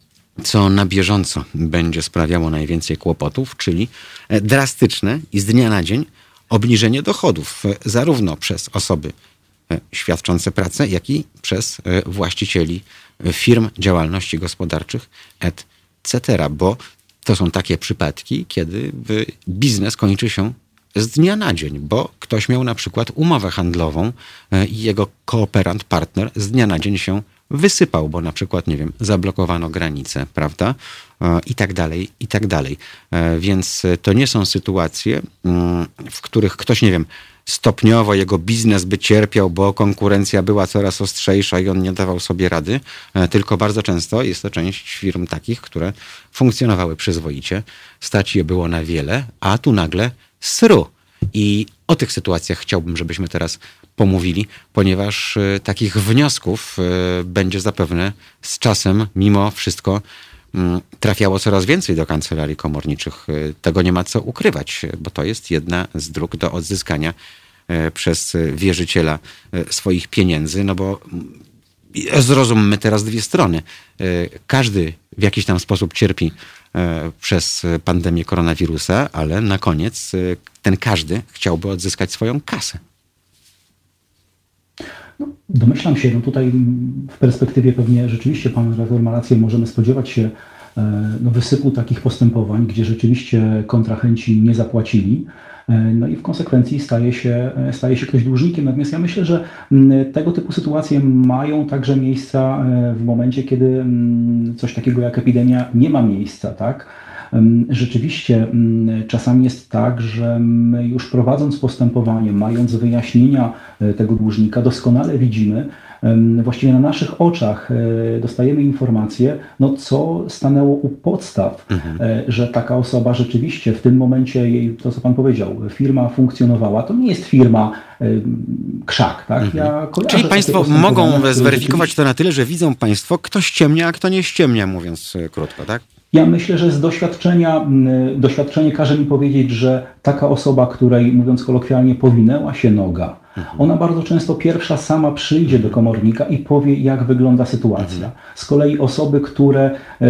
co na bieżąco będzie sprawiało najwięcej kłopotów, czyli drastyczne i z dnia na dzień obniżenie dochodów zarówno przez osoby świadczące pracę, jak i przez właścicieli firm, działalności gospodarczych, etc. Bo to są takie przypadki, kiedy biznes kończy się z dnia na dzień, bo ktoś miał na przykład umowę handlową i jego kooperant, partner z dnia na dzień się wysypał, bo na przykład, nie wiem, zablokowano granicę, prawda? I tak dalej, i tak dalej. Więc to nie są sytuacje, w których ktoś, nie wiem, stopniowo jego biznes by cierpiał, bo konkurencja była coraz ostrzejsza i on nie dawał sobie rady, tylko bardzo często jest to część firm takich, które funkcjonowały przyzwoicie, stać je było na wiele, a tu nagle sru. I o tych sytuacjach chciałbym, żebyśmy teraz pomówili, ponieważ takich wniosków będzie zapewne z czasem, mimo wszystko, trafiało coraz więcej do kancelarii komorniczych. Tego nie ma co ukrywać, bo to jest jedna z dróg do odzyskania przez wierzyciela swoich pieniędzy, no bo zrozummy teraz dwie strony. Każdy w jakiś tam sposób cierpi przez pandemię koronawirusa, ale na koniec ten każdy chciałby odzyskać swoją kasę. No, domyślam się, no tutaj w perspektywie pewnie rzeczywiście pan redaktor ma rację, możemy spodziewać się wysypu takich postępowań, gdzie rzeczywiście kontrahenci nie zapłacili. No i w konsekwencji staje się ktoś dłużnikiem. Natomiast ja myślę, że tego typu sytuacje mają także miejsca w momencie, kiedy coś takiego jak epidemia nie ma miejsca, tak? Rzeczywiście czasami jest tak, że my już prowadząc postępowanie, mając wyjaśnienia tego dłużnika, doskonale widzimy, właściwie na naszych oczach dostajemy informację, no co stanęło u podstaw, że taka osoba rzeczywiście w tym momencie, jej, to co pan powiedział, firma funkcjonowała, to nie jest firma krzak, tak? Ja Czyli państwo mogą zweryfikować to na tyle, że widzą państwo, kto ściemnia, a kto nie ściemnia, mówiąc krótko, tak? Ja myślę, że z doświadczenie każe mi powiedzieć, że taka osoba, której, mówiąc kolokwialnie, powinęła się noga, ona bardzo często pierwsza sama przyjdzie do komornika i powie, jak wygląda sytuacja. Z kolei osoby, które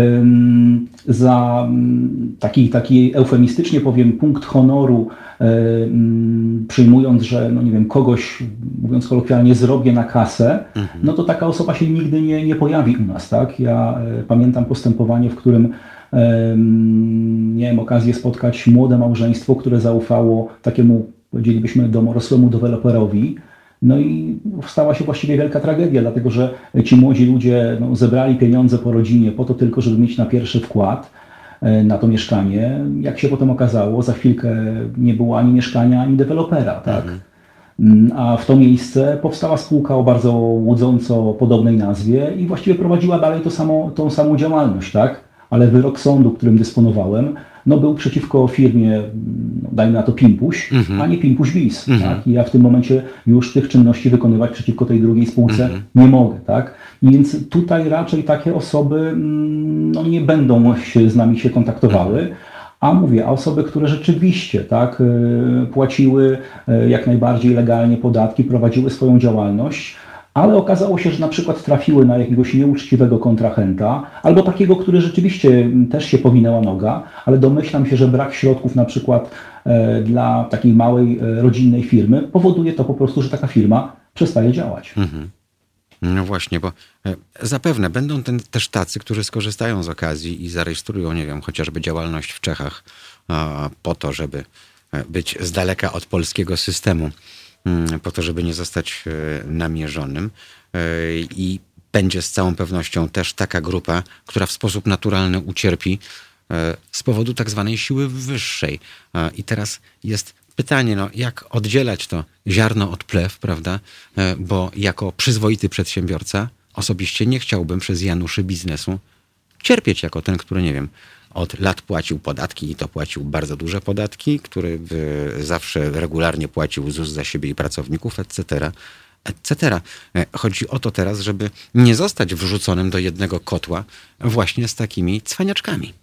za taki eufemistycznie powiem, punkt honoru, przyjmując, że no nie wiem, kogoś, mówiąc kolokwialnie, zrobię na kasę, no to taka osoba się nigdy nie pojawi u nas, tak? Ja pamiętam postępowanie, w którym miałem okazję spotkać młode małżeństwo, które zaufało takiemu, powiedzielibyśmy, domorosłemu deweloperowi. No i stała się właściwie wielka tragedia, dlatego że ci młodzi ludzie zebrali pieniądze po rodzinie po to tylko, żeby mieć na pierwszy wkład na to mieszkanie. Jak się potem okazało, za chwilkę nie było ani mieszkania, ani dewelopera, tak? A w to miejsce powstała spółka o bardzo łudząco podobnej nazwie i właściwie prowadziła dalej tą samą działalność, tak? Ale wyrok sądu, którym dysponowałem, był przeciwko firmie, dajmy na to Pimpuś, a nie Pimpuś BIS. Tak? I ja w tym momencie już tych czynności wykonywać przeciwko tej drugiej spółce nie mogę. Tak? I więc tutaj raczej takie osoby nie będą z nami się kontaktowały. A osoby, które rzeczywiście tak, płaciły jak najbardziej legalnie podatki, prowadziły swoją działalność, ale okazało się, że na przykład trafiły na jakiegoś nieuczciwego kontrahenta, albo takiego, który rzeczywiście też się powinęła noga, ale domyślam się, że brak środków na przykład dla takiej małej rodzinnej firmy powoduje to po prostu, że taka firma przestaje działać. No właśnie, bo zapewne będą też tacy, którzy skorzystają z okazji i zarejestrują, nie wiem, chociażby działalność w Czechach po to, żeby być z daleka od polskiego systemu, po to, żeby nie zostać namierzonym. I będzie z całą pewnością też taka grupa, która w sposób naturalny ucierpi z powodu tak zwanej siły wyższej. I teraz jest pytanie, jak oddzielać to ziarno od plew, prawda? Bo jako przyzwoity przedsiębiorca osobiście nie chciałbym przez Januszy biznesu cierpieć jako ten, który, nie wiem, od lat płacił podatki i to płacił bardzo duże podatki, który zawsze regularnie płacił ZUS za siebie i pracowników, etc., etc. Chodzi o to teraz, żeby nie zostać wrzuconym do jednego kotła właśnie z takimi cwaniaczkami.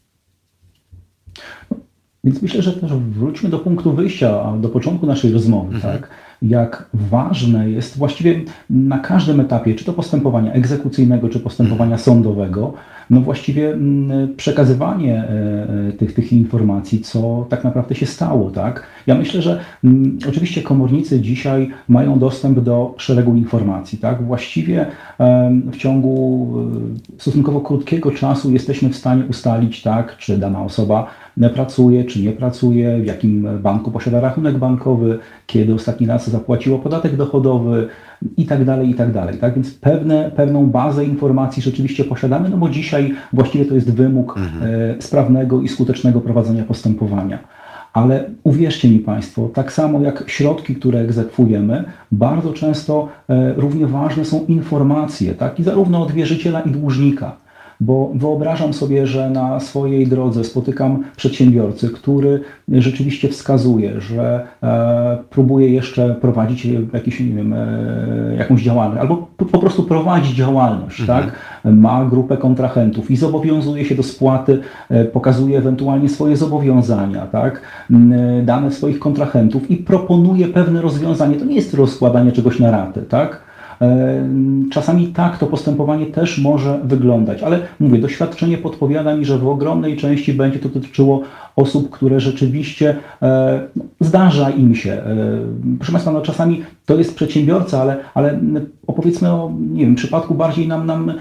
Więc myślę, że też wróćmy do punktu wyjścia, do początku naszej rozmowy, tak? Jak ważne jest właściwie na każdym etapie, czy to postępowania egzekucyjnego, czy postępowania sądowego, właściwie przekazywanie tych informacji, co tak naprawdę się stało, tak? Ja myślę, że oczywiście komornicy dzisiaj mają dostęp do szeregu informacji, tak? Właściwie w ciągu stosunkowo krótkiego czasu jesteśmy w stanie ustalić, tak, czy dana osoba pracuje, czy nie pracuje, w jakim banku posiada rachunek bankowy, kiedy ostatni raz zapłaciło podatek dochodowy i tak dalej, i tak dalej. Tak? Więc pewną bazę informacji rzeczywiście posiadamy, bo dzisiaj właściwie to jest wymóg sprawnego i skutecznego prowadzenia postępowania. Ale uwierzcie mi Państwo, tak samo jak środki, które egzekwujemy, bardzo często równie ważne są informacje, tak? I zarówno od wierzyciela i dłużnika. bo wyobrażam sobie, że na swojej drodze spotykam przedsiębiorcę, który rzeczywiście wskazuje, że próbuje jeszcze prowadzić jakiś, nie wiem, jakąś działalność, albo po prostu prowadzi działalność, tak? Ma grupę kontrahentów i zobowiązuje się do spłaty, pokazuje ewentualnie swoje zobowiązania, tak? Dane swoich kontrahentów i proponuje pewne rozwiązanie. To nie jest rozkładanie czegoś na raty, tak? Czasami tak to postępowanie też może wyglądać, ale mówię, doświadczenie podpowiada mi, że w ogromnej części będzie to dotyczyło osób, które rzeczywiście zdarza im się. Proszę Państwa, no czasami to jest przedsiębiorca, ale opowiedzmy o, nie wiem, przypadku bardziej nam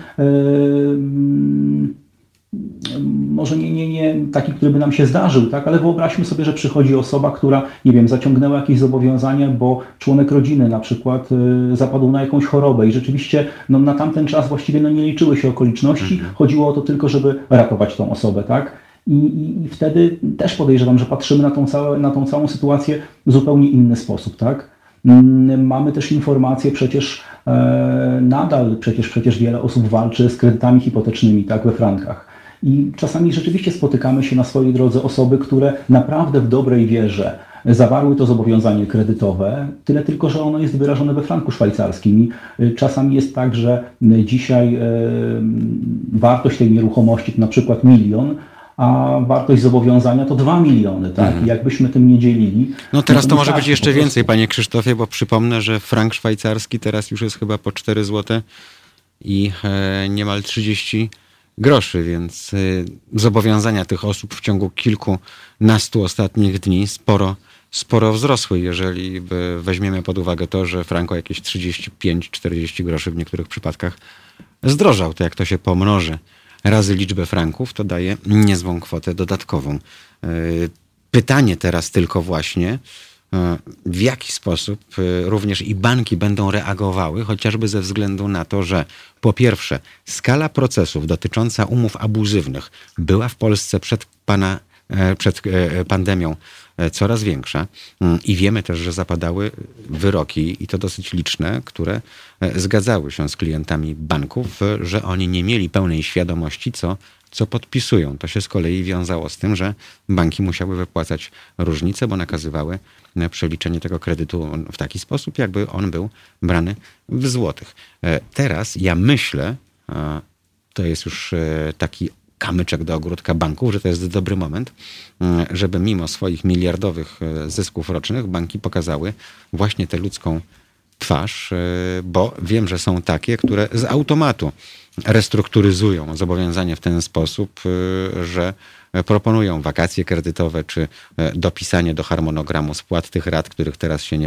może nie taki, który by nam się zdarzył, tak? Ale wyobraźmy sobie, że przychodzi osoba, która, nie wiem, zaciągnęła jakieś zobowiązania, bo członek rodziny na przykład zapadł na jakąś chorobę i rzeczywiście no, na tamten czas właściwie no, nie liczyły się okoliczności, chodziło o to tylko, żeby ratować tą osobę, tak? I wtedy też podejrzewam, że patrzymy na tą całą sytuację w zupełnie inny sposób, tak? Mamy też informacje, nadal przecież wiele osób walczy z kredytami hipotecznymi, tak, we frankach. I czasami rzeczywiście spotykamy się na swojej drodze osoby, które naprawdę w dobrej wierze zawarły to zobowiązanie kredytowe, tyle tylko, że ono jest wyrażone we franku szwajcarskim. I czasami jest tak, że dzisiaj wartość tej nieruchomości to na przykład 1 000 000, a wartość zobowiązania to 2 miliony, tak? I jakbyśmy tym nie dzielili... No teraz to może być jeszcze więcej, panie Krzysztofie, bo przypomnę, że frank szwajcarski teraz już jest chyba po 4 zł i niemal 30 groszy, więc zobowiązania tych osób w ciągu kilkunastu ostatnich dni sporo wzrosły, jeżeli weźmiemy pod uwagę to, że frank o jakieś 35-40 groszy w niektórych przypadkach zdrożał. To jak to się pomnoży razy liczbę franków, to daje niezłą kwotę dodatkową. Pytanie teraz tylko właśnie, w jaki sposób również i banki będą reagowały, chociażby ze względu na to, że po pierwsze skala procesów dotycząca umów abuzywnych była w Polsce przed pandemią coraz większa i wiemy też, że zapadały wyroki i to dosyć liczne, które zgadzały się z klientami banków, że oni nie mieli pełnej świadomości, co podpisują. To się z kolei wiązało z tym, że banki musiały wypłacać różnice, bo nakazywały przeliczenie tego kredytu w taki sposób, jakby on był brany w złotych. Teraz ja myślę, to jest już taki kamyczek do ogródka banków, że to jest dobry moment, żeby mimo swoich miliardowych zysków rocznych banki pokazały właśnie tę ludzką twarz, bo wiem, że są takie, które z automatu restrukturyzują zobowiązanie w ten sposób, że proponują wakacje kredytowe czy dopisanie do harmonogramu spłat tych rat, których teraz się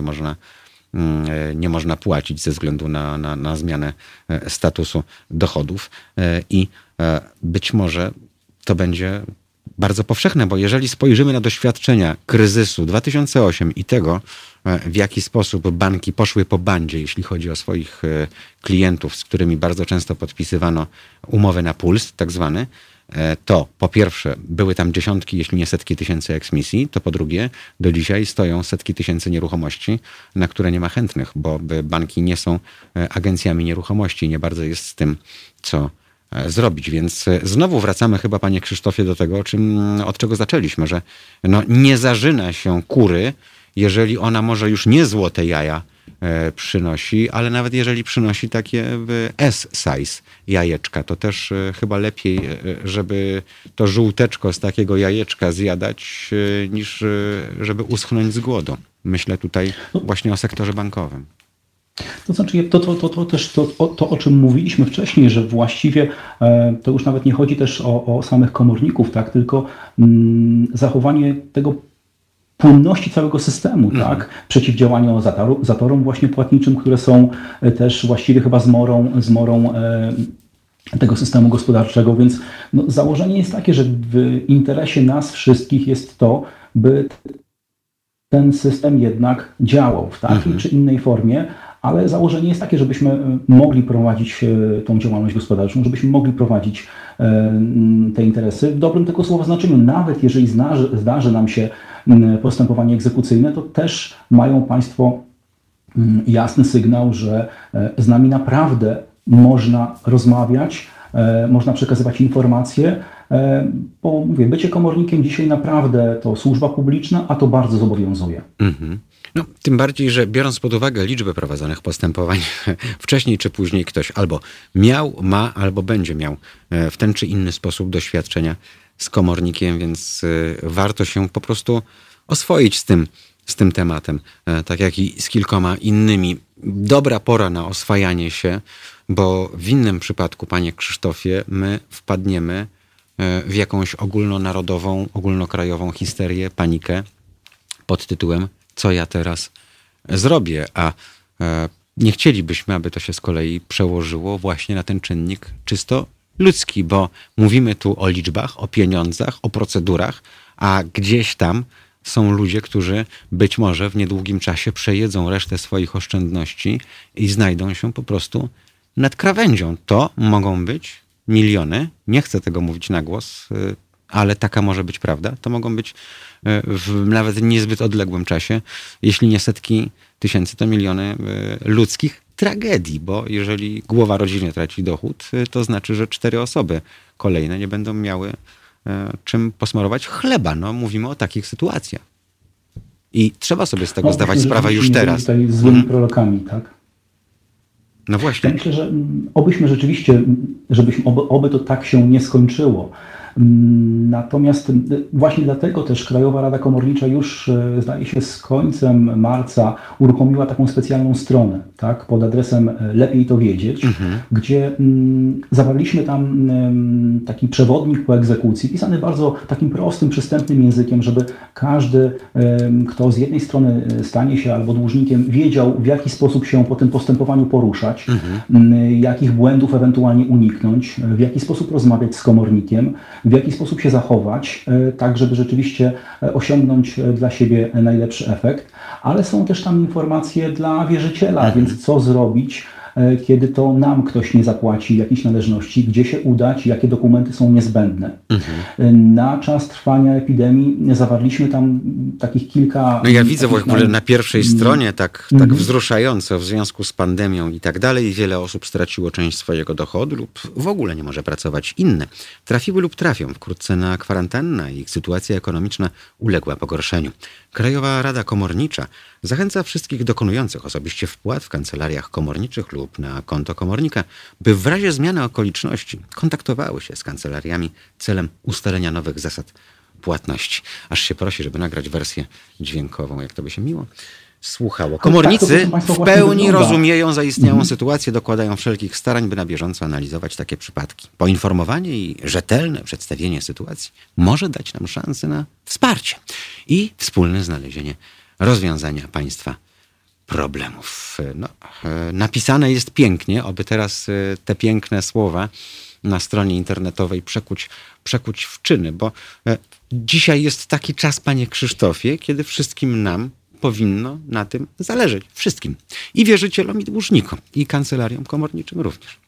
nie można płacić ze względu na zmianę statusu dochodów i być może to będzie bardzo powszechne, bo jeżeli spojrzymy na doświadczenia kryzysu 2008 i tego, w jaki sposób banki poszły po bandzie, jeśli chodzi o swoich klientów, z którymi bardzo często podpisywano umowy na puls, tak zwany, to po pierwsze były tam dziesiątki, jeśli nie setki tysięcy eksmisji, to po drugie do dzisiaj stoją setki tysięcy nieruchomości, na które nie ma chętnych, bo banki nie są agencjami nieruchomości, nie bardzo jest z tym co zrobić. Więc znowu wracamy chyba, panie Krzysztofie, do tego, od czego zaczęliśmy, że no, nie zażyna się kury, jeżeli ona może już nie złote jaja przynosi, ale nawet jeżeli przynosi takie S-size jajeczka, to też chyba lepiej, żeby to żółteczko z takiego jajeczka zjadać, niż żeby uschnąć z głodu. Myślę tutaj właśnie o sektorze bankowym. To znaczy, to też to, o czym mówiliśmy wcześniej, że właściwie to już nawet nie chodzi też o samych komorników, tak, tylko zachowanie tego płynności całego systemu, tak, przeciwdziałanie zatorom właśnie płatniczym, które są też właściwie chyba zmorą tego systemu gospodarczego, więc no, założenie jest takie, że w interesie nas wszystkich jest to, by ten system jednak działał w takiej czy innej formie, ale założenie jest takie, żebyśmy mogli prowadzić tą działalność gospodarczą, żebyśmy mogli prowadzić te interesy w dobrym tego słowa znaczeniu. Nawet jeżeli zdarzy nam się postępowanie egzekucyjne, to też mają Państwo jasny sygnał, że z nami naprawdę można rozmawiać, można przekazywać informacje, bo mówię, bycie komornikiem dzisiaj naprawdę to służba publiczna, a to bardzo zobowiązuje. Mhm. No, tym bardziej, że biorąc pod uwagę liczbę prowadzonych postępowań, wcześniej czy później ktoś albo miał, ma, albo będzie miał w ten czy inny sposób doświadczenia z komornikiem, więc warto się po prostu oswoić z tym tematem, tak jak i z kilkoma innymi. Dobra pora na oswajanie się, bo w innym przypadku, panie Krzysztofie, my wpadniemy w jakąś ogólnonarodową, ogólnokrajową histerię, panikę pod tytułem co ja teraz zrobię, a nie chcielibyśmy, aby to się z kolei przełożyło właśnie na ten czynnik czysto ludzki, bo mówimy tu o liczbach, o pieniądzach, o procedurach, a gdzieś tam są ludzie, którzy być może w niedługim czasie przejedzą resztę swoich oszczędności i znajdą się po prostu nad krawędzią. To mogą być miliony, nie chcę tego mówić na głos, ale taka może być prawda. To mogą być w nawet niezbyt odległym czasie, jeśli nie setki tysięcy, to miliony ludzkich tragedii, bo jeżeli głowa rodziny traci dochód, to znaczy, że 4 osoby kolejne nie będą miały czym posmarować chleba. No, mówimy o takich sytuacjach. I trzeba sobie z tego zdawać sprawę już teraz. Tutaj złymi prorokami, tak? No właśnie. Ja myślę, że obyśmy rzeczywiście, oby to tak się nie skończyło. Natomiast właśnie dlatego też Krajowa Rada Komornicza już, zdaje się, z końcem marca uruchomiła taką specjalną stronę, tak, pod adresem Lepiej to wiedzieć, gdzie zawarliśmy tam taki przewodnik po egzekucji, pisany bardzo takim prostym, przystępnym językiem, żeby każdy, kto z jednej strony stanie się albo dłużnikiem, wiedział, w jaki sposób się po tym postępowaniu poruszać, jakich błędów ewentualnie uniknąć, w jaki sposób rozmawiać z komornikiem, w jaki sposób się zachować, tak żeby rzeczywiście osiągnąć dla siebie najlepszy efekt, ale są też tam informacje dla wierzyciela, więc co zrobić, kiedy to nam ktoś nie zapłaci jakichś należności, gdzie się udać, jakie dokumenty są niezbędne. Na czas trwania epidemii zawarliśmy tam takich kilka... No ja widzę w ogóle na pierwszej stronie tak wzruszająco w związku z pandemią i tak dalej. Wiele osób straciło część swojego dochodu lub w ogóle nie może pracować. Inne trafiły lub trafią wkrótce na kwarantannę i ich sytuacja ekonomiczna uległa pogorszeniu. Krajowa Rada Komornicza zachęca wszystkich dokonujących osobiście wpłat w kancelariach komorniczych lub na konto komornika, by w razie zmiany okoliczności kontaktowały się z kancelariami celem ustalenia nowych zasad płatności. Aż się prosi, żeby nagrać wersję dźwiękową, jak to by się miło słuchało. Komornicy w pełni rozumieją zaistniałą sytuację, dokładają wszelkich starań, by na bieżąco analizować takie przypadki. Poinformowanie i rzetelne przedstawienie sytuacji może dać nam szansę na wsparcie i wspólne znalezienie rozwiązania państwa problemów. No, napisane jest pięknie, oby teraz te piękne słowa na stronie internetowej przekuć w czyny, bo dzisiaj jest taki czas, panie Krzysztofie, kiedy wszystkim nam powinno na tym zależeć. Wszystkim. I wierzycielom, i dłużnikom, i kancelariom komorniczym również.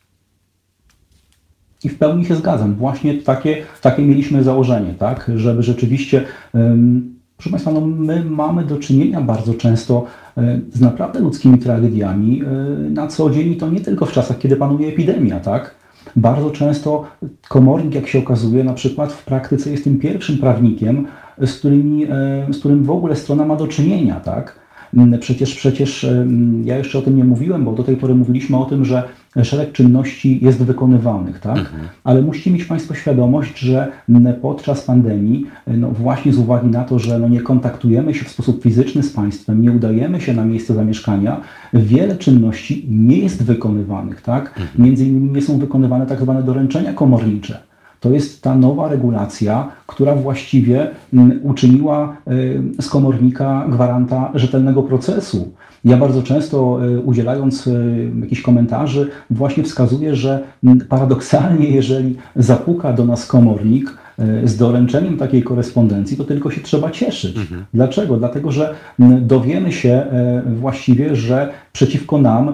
I w pełni się zgadzam. Właśnie takie mieliśmy założenie, tak, żeby rzeczywiście... Proszę Państwa, no my mamy do czynienia bardzo często z naprawdę ludzkimi tragediami na co dzień i to nie tylko w czasach, kiedy panuje epidemia, tak? Bardzo często komornik, jak się okazuje, na przykład w praktyce jest tym pierwszym prawnikiem, z którym w ogóle strona ma do czynienia, tak? Przecież ja jeszcze o tym nie mówiłem, bo do tej pory mówiliśmy o tym, że szereg czynności jest wykonywanych, tak? Ale musicie mieć Państwo świadomość, że podczas pandemii, no właśnie z uwagi na to, że nie kontaktujemy się w sposób fizyczny z państwem, nie udajemy się na miejsce zamieszkania, wiele czynności nie jest wykonywanych, tak? Między innymi nie są wykonywane tak zwane doręczenia komornicze. To jest ta nowa regulacja, która właściwie uczyniła z komornika gwaranta rzetelnego procesu. Ja bardzo często, udzielając jakichś komentarzy, właśnie wskazuję, że paradoksalnie, jeżeli zapuka do nas komornik z doręczeniem takiej korespondencji, to tylko się trzeba cieszyć. Dlaczego? Dlatego, że dowiemy się właściwie, że przeciwko nam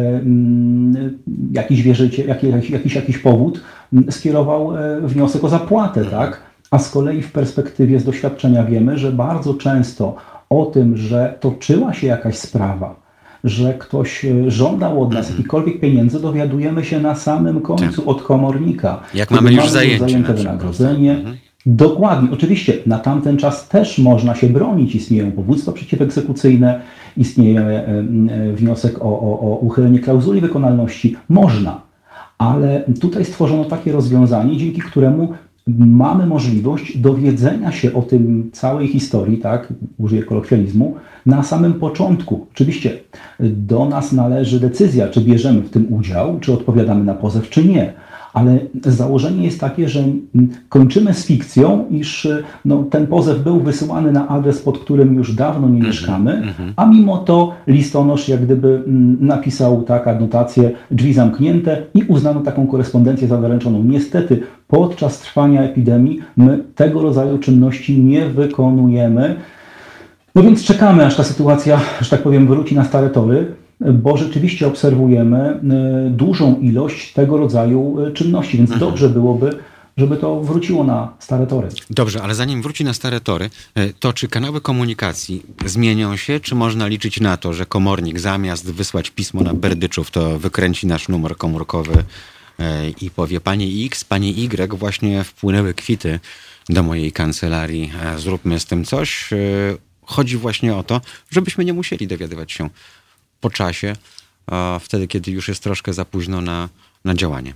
jakiś wierzyciel, jakiś powód skierował wniosek o zapłatę, tak? A z kolei w perspektywie z doświadczenia wiemy, że bardzo często o tym, że toczyła się jakaś sprawa, że ktoś żądał od nas jakichkolwiek pieniędzy, dowiadujemy się na samym końcu od komornika. Jak mamy już zajęte wynagrodzenie. Dokładnie. Oczywiście na tamten czas też można się bronić. Istnieją powództwa przeciwegzekucyjne, istnieje wniosek o uchylenie klauzuli wykonalności. Można. Ale tutaj stworzono takie rozwiązanie, dzięki któremu mamy możliwość dowiedzenia się o tym całej historii, tak, użyję kolokwializmu, na samym początku. Oczywiście do nas należy decyzja, czy bierzemy w tym udział, czy odpowiadamy na pozew, czy nie. Ale założenie jest takie, że kończymy z fikcją, iż ten pozew był wysyłany na adres, pod którym już dawno nie mieszkamy, a mimo to listonosz jak gdyby napisał tak adnotację, drzwi zamknięte i uznano taką korespondencję za doręczoną. Niestety podczas trwania epidemii my tego rodzaju czynności nie wykonujemy. No więc czekamy, aż ta sytuacja, że tak powiem, wróci na stare tory, bo rzeczywiście obserwujemy dużą ilość tego rodzaju czynności, więc dobrze byłoby, żeby to wróciło na stare tory. Dobrze, ale zanim wróci na stare tory, to czy kanały komunikacji zmienią się, czy można liczyć na to, że komornik zamiast wysłać pismo na Berdyczów, to wykręci nasz numer komórkowy i powie: Panie X, Panie Y, właśnie wpłynęły kwity do mojej kancelarii, zróbmy z tym coś. Chodzi właśnie o to, żebyśmy nie musieli dowiadywać się po czasie, wtedy, kiedy już jest troszkę za późno na działanie.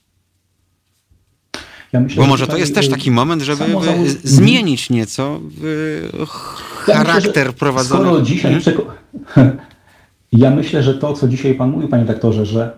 Ja myślę, bo może to jest też taki moment, żeby zmienić nieco charakter prowadzony. Skoro dzisiaj ja myślę, że to, co dzisiaj pan mówił, panie doktorze, że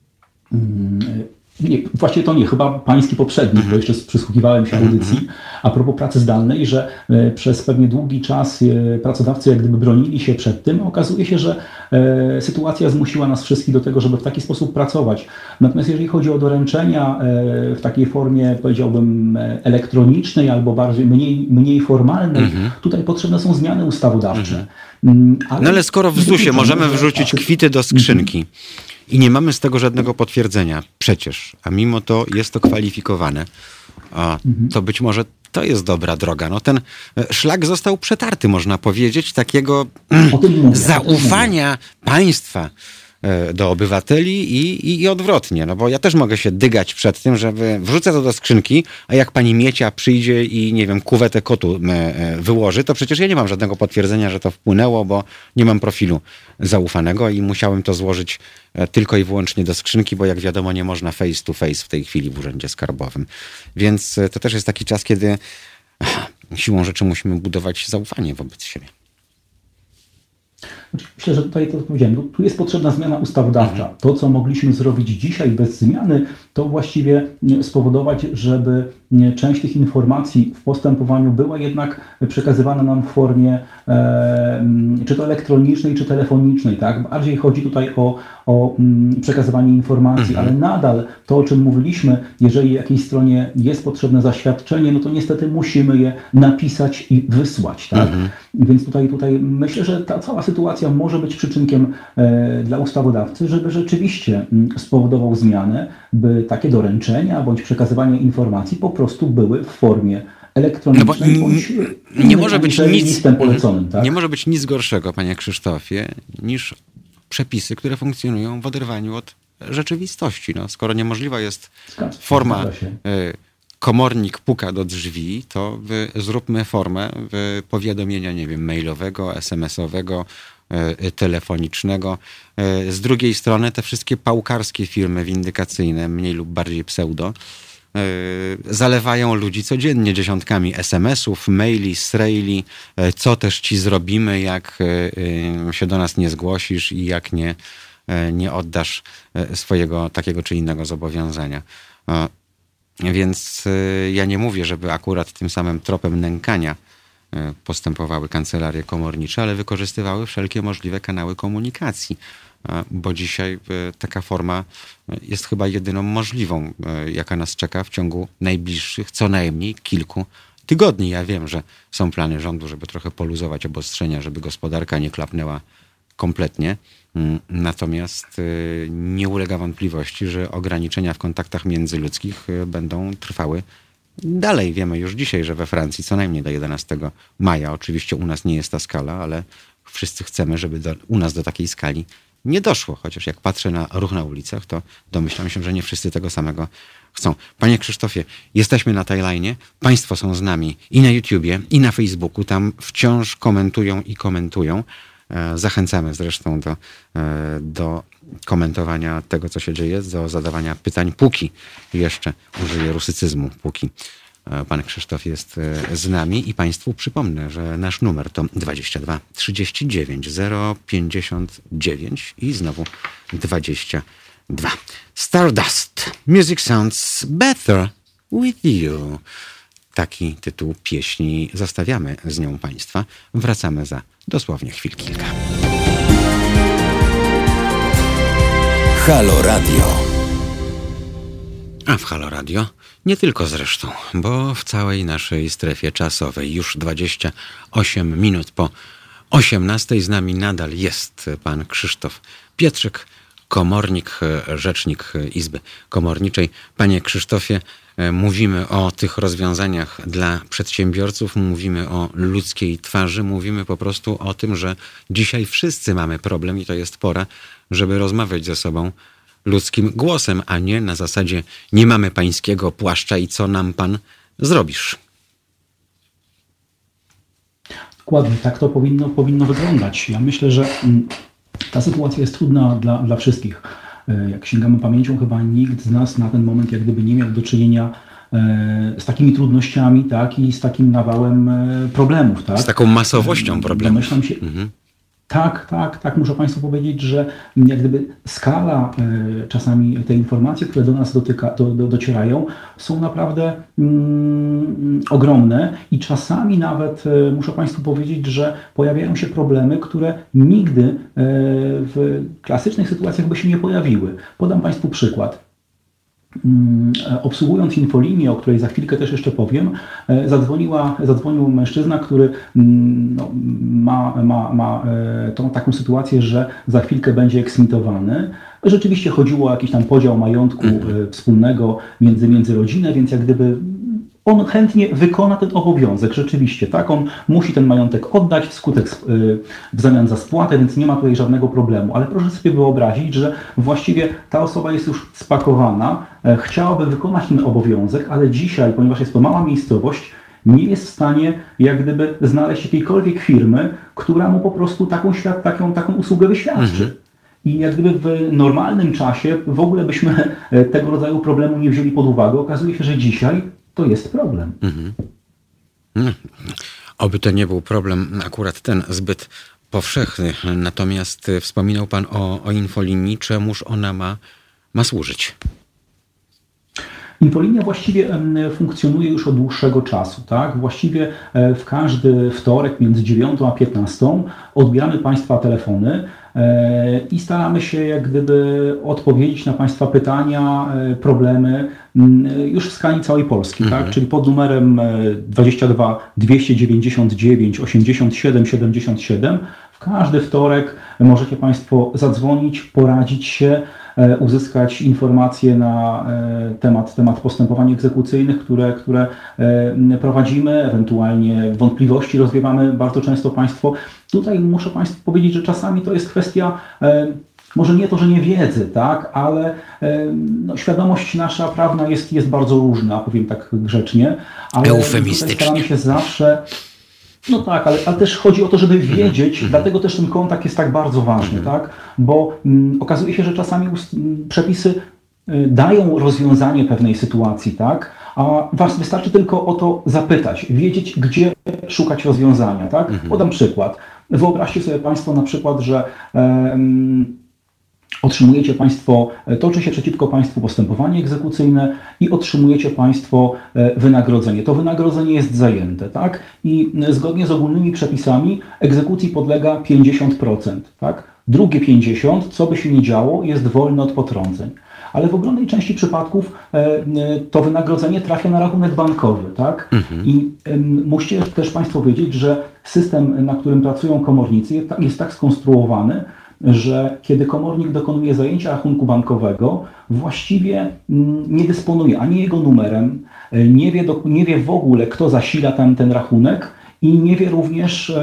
nie, właściwie to nie, chyba pański poprzednik, bo jeszcze przysłuchiwałem się audycji a propos pracy zdalnej, że przez pewnie długi czas pracodawcy jak gdyby bronili się przed tym. Okazuje się, że sytuacja zmusiła nas wszystkich do tego, żeby w taki sposób pracować. Natomiast jeżeli chodzi o doręczenia w takiej formie, powiedziałbym, elektronicznej albo bardziej mniej formalnej, tutaj potrzebne są zmiany ustawodawcze. Ale skoro w ZUS-ie możemy wrzucić kwity do skrzynki i nie mamy z tego żadnego potwierdzenia przecież, a mimo to jest to kwalifikowane, to być może to jest dobra droga. No ten szlak został przetarty, można powiedzieć, takiego zaufania państwa do obywateli i odwrotnie. No bo ja też mogę się dygać przed tym, żeby wrzucę to do skrzynki, a jak pani Miecia przyjdzie i nie wiem, kuwetę kotu wyłoży, to przecież ja nie mam żadnego potwierdzenia, że to wpłynęło, bo nie mam profilu zaufanego i musiałem to złożyć tylko i wyłącznie do skrzynki, bo jak wiadomo nie można face to face w tej chwili w Urzędzie Skarbowym. Więc to też jest taki czas, kiedy siłą rzeczy musimy budować zaufanie wobec siebie. Myślę, że tutaj to powiedziałem, tu jest potrzebna zmiana ustawodawcza. To, co mogliśmy zrobić dzisiaj bez zmiany, to właściwie spowodować, żeby część tych informacji w postępowaniu była jednak przekazywana nam w formie czy to elektronicznej, czy telefonicznej. Tak? Bardziej chodzi tutaj o przekazywanie informacji, ale nadal to, o czym mówiliśmy, jeżeli jakiejś stronie jest potrzebne zaświadczenie, no to niestety musimy je napisać i wysłać. Tak? Więc tutaj myślę, że ta cała sytuacja może być przyczynkiem dla ustawodawcy, żeby rzeczywiście spowodował zmianę, by takie doręczenia bądź przekazywanie informacji po prostu były w formie elektronicznej bądź nie może być listem poleconym. Tak? Nie może być nic gorszego, panie Krzysztofie, niż przepisy, które funkcjonują w oderwaniu od rzeczywistości. No, skoro niemożliwa jest forma komornik puka do drzwi, to zróbmy formę powiadomienia, nie wiem, mailowego, SMS-owego, telefonicznego. Z drugiej strony te wszystkie pałkarskie firmy windykacyjne, mniej lub bardziej pseudo, zalewają ludzi codziennie dziesiątkami SMS-ów, maili, srejli, co też ci zrobimy, jak się do nas nie zgłosisz i jak nie oddasz swojego takiego czy innego zobowiązania. Więc ja nie mówię, żeby akurat tym samym tropem nękania postępowały kancelarie komornicze, ale wykorzystywały wszelkie możliwe kanały komunikacji, bo dzisiaj taka forma jest chyba jedyną możliwą, jaka nas czeka w ciągu najbliższych co najmniej kilku tygodni. Ja wiem, że są plany rządu, żeby trochę poluzować obostrzenia, żeby gospodarka nie klapnęła kompletnie. Natomiast nie ulega wątpliwości, że ograniczenia w kontaktach międzyludzkich będą trwały dalej. Wiemy już dzisiaj, że we Francji co najmniej do 11 maja, oczywiście u nas nie jest ta skala, ale wszyscy chcemy, żeby u nas do takiej skali nie doszło. Chociaż jak patrzę na ruch na ulicach, to domyślam się, że nie wszyscy tego samego chcą. Panie Krzysztofie, jesteśmy na timeline. Państwo są z nami i na YouTubie, i na Facebooku. Tam wciąż komentują i komentują. Zachęcamy zresztą do komentowania tego, co się dzieje, do zadawania pytań, póki jeszcze użyję rusycyzmu, póki pan Krzysztof jest z nami. I Państwu przypomnę, że nasz numer to 22 39 059 i znowu 22. Stardust. Music sounds better with you. Taki tytuł pieśni. Zostawiamy z nią Państwa. Wracamy za dosłownie chwil kilka. Halo Radio. A w Halo Radio nie tylko zresztą, bo w całej naszej strefie czasowej już 28 minut po 18 z nami nadal jest pan Krzysztof Pietrzyk, komornik, rzecznik Izby Komorniczej. Panie Krzysztofie, mówimy o tych rozwiązaniach dla przedsiębiorców, mówimy o ludzkiej twarzy, mówimy po prostu o tym, że dzisiaj wszyscy mamy problem i to jest pora, żeby rozmawiać ze sobą ludzkim głosem, a nie na zasadzie nie mamy pańskiego płaszcza i co nam pan zrobisz. Dokładnie, tak to powinno wyglądać. Ja myślę, że ta sytuacja jest trudna dla wszystkich. Jak sięgamy pamięcią, chyba nikt z nas na ten moment jak gdyby nie miał do czynienia z takimi trudnościami, tak, i z takim nawałem problemów. Tak? Z taką masowością problemów. Domyślam się, Tak, muszę Państwu powiedzieć, że jak gdyby skala czasami te informacje, które do nas docierają, są naprawdę ogromne i czasami nawet muszę Państwu powiedzieć, że pojawiają się problemy, które nigdy w klasycznych sytuacjach by się nie pojawiły. Podam Państwu przykład. Obsługując infolinię, o której za chwilkę też jeszcze powiem, zadzwonił mężczyzna, który ma tą taką sytuację, że za chwilkę będzie eksmitowany. Rzeczywiście chodziło o jakiś tam podział majątku wspólnego między rodzinę, więc jak gdyby on chętnie wykona ten obowiązek, rzeczywiście, tak? On musi ten majątek oddać w zamian za spłatę, więc nie ma tutaj żadnego problemu. Ale proszę sobie wyobrazić, że właściwie ta osoba jest już spakowana, chciałaby wykonać ten obowiązek, ale dzisiaj, ponieważ jest to mała miejscowość, nie jest w stanie jak gdyby znaleźć jakiejkolwiek firmy, która mu po prostu taką usługę wyświadczy. I jak gdyby w normalnym czasie w ogóle byśmy tego rodzaju problemu nie wzięli pod uwagę. Okazuje się, że dzisiaj to jest problem. Oby to nie był problem akurat ten zbyt powszechny. Natomiast wspominał pan o infolinii. Czemuż ona ma służyć? Infolinia właściwie funkcjonuje już od dłuższego czasu. Tak? Właściwie w każdy wtorek między 9 a 15 odbieramy Państwa telefony i staramy się jak gdyby odpowiedzieć na Państwa pytania, problemy już w skali całej Polski. Tak? Czyli pod numerem 22 299 87 77 w każdy wtorek możecie Państwo zadzwonić, poradzić się, uzyskać informacje na temat postępowań egzekucyjnych, które prowadzimy, ewentualnie wątpliwości rozwiewamy bardzo często Państwo. Tutaj muszę Państwu powiedzieć, że czasami to jest kwestia, może nie to, że nie wiedzy, tak, ale świadomość nasza prawna jest bardzo różna, powiem tak grzecznie, ale eufemistycznie. Staramy się zawsze... No tak, ale też chodzi o to, żeby wiedzieć, dlatego też ten kontakt jest tak bardzo ważny, tak? Bo okazuje się, że czasami przepisy dają rozwiązanie pewnej sytuacji, tak? A was wystarczy tylko o to zapytać, wiedzieć, gdzie szukać rozwiązania, tak? Podam przykład. Wyobraźcie sobie Państwo na przykład, że otrzymujecie Państwo, toczy się przeciwko Państwu postępowanie egzekucyjne i otrzymujecie Państwo wynagrodzenie. To wynagrodzenie jest zajęte, tak? I zgodnie z ogólnymi przepisami egzekucji podlega 50%, tak? Drugie 50%, co by się nie działo, jest wolne od potrąceń. Ale w ogromnej części przypadków to wynagrodzenie trafia na rachunek bankowy, tak? I musicie też Państwo wiedzieć, że system, na którym pracują komornicy, jest tak skonstruowany, że kiedy komornik dokonuje zajęcia rachunku bankowego, właściwie nie dysponuje ani jego numerem, nie wie w ogóle, kto zasila ten rachunek i nie wie również,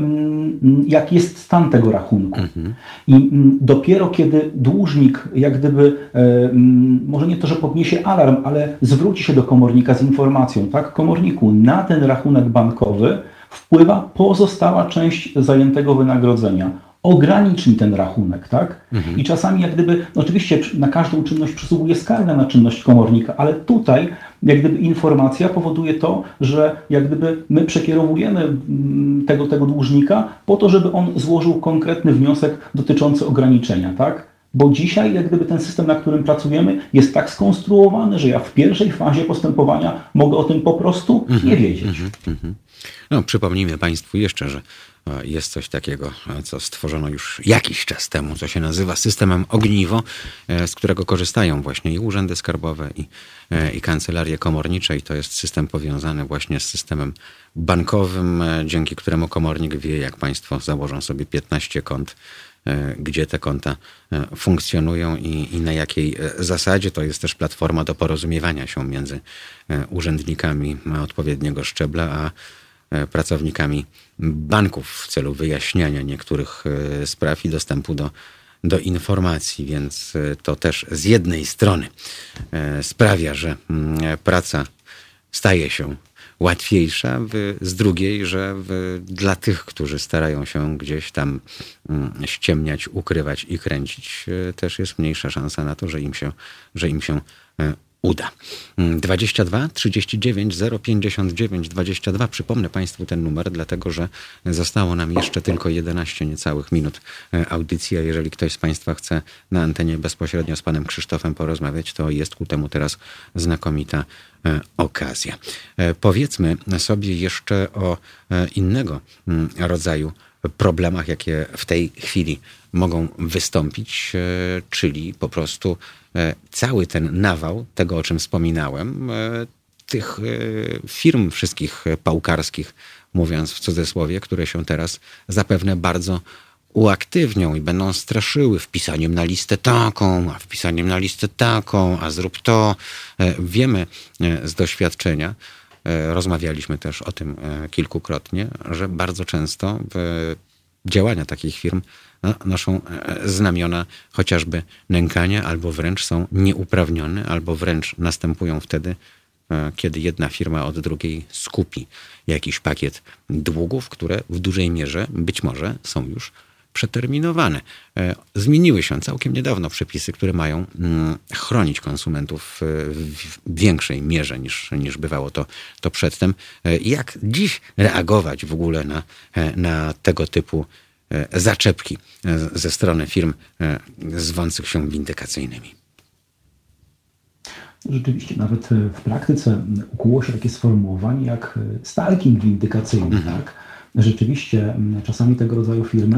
jaki jest stan tego rachunku. I dopiero kiedy dłużnik jak gdyby, może nie to, że podniesie alarm, ale zwróci się do komornika z informacją, tak, komorniku, na ten rachunek bankowy wpływa pozostała część zajętego wynagrodzenia. Ogranicz mi ten rachunek, tak? I czasami jak gdyby, oczywiście na każdą czynność przysługuje skarga na czynność komornika, ale tutaj jak gdyby informacja powoduje to, że jak gdyby my przekierowujemy tego dłużnika po to, żeby on złożył konkretny wniosek dotyczący ograniczenia, tak? Bo dzisiaj jak gdyby ten system, na którym pracujemy, jest tak skonstruowany, że ja w pierwszej fazie postępowania mogę o tym po prostu nie wiedzieć. No, przypomnijmy Państwu jeszcze, że jest coś takiego, co stworzono już jakiś czas temu, co się nazywa systemem Ogniwo, z którego korzystają właśnie i urzędy skarbowe, i kancelarie komornicze. I to jest system powiązany właśnie z systemem bankowym, dzięki któremu komornik wie, jak Państwo założą sobie 15 kont, gdzie te konta funkcjonują i na jakiej zasadzie. To jest też platforma do porozumiewania się między urzędnikami odpowiedniego szczebla, a pracownikami banków w celu wyjaśniania niektórych spraw i dostępu do informacji, więc to też z jednej strony sprawia, że praca staje się łatwiejsza, z drugiej, że dla tych, którzy starają się gdzieś tam ściemniać, ukrywać i kręcić, też jest mniejsza szansa na to, że im się uda. 22 39 059 22. Przypomnę Państwu ten numer, dlatego że zostało nam jeszcze tylko 11 niecałych minut audycji, a jeżeli ktoś z Państwa chce na antenie bezpośrednio z panem Krzysztofem porozmawiać, to jest ku temu teraz znakomita okazja. Powiedzmy sobie jeszcze o innego rodzaju problemach, jakie w tej chwili mogą wystąpić, czyli po prostu cały ten nawał tego, o czym wspominałem, tych firm wszystkich pałkarskich, mówiąc w cudzysłowie, które się teraz zapewne bardzo uaktywnią i będą straszyły wpisaniem na listę taką, a wpisaniem na listę taką, a zrób to. Wiemy z doświadczenia, rozmawialiśmy też o tym kilkukrotnie, że bardzo często działania takich firm noszą znamiona chociażby nękania, albo wręcz są nieuprawnione, albo wręcz następują wtedy, kiedy jedna firma od drugiej skupi jakiś pakiet długów, które w dużej mierze być może są już przeterminowane. Zmieniły się całkiem niedawno przepisy, które mają chronić konsumentów w większej mierze niż bywało to przedtem. Jak dziś reagować w ogóle na tego typu zaczepki ze strony firm zwących się windykacyjnymi? Rzeczywiście, nawet w praktyce ukuło się takie sformułowanie jak stalking windykacyjny, tak? Rzeczywiście czasami tego rodzaju firmy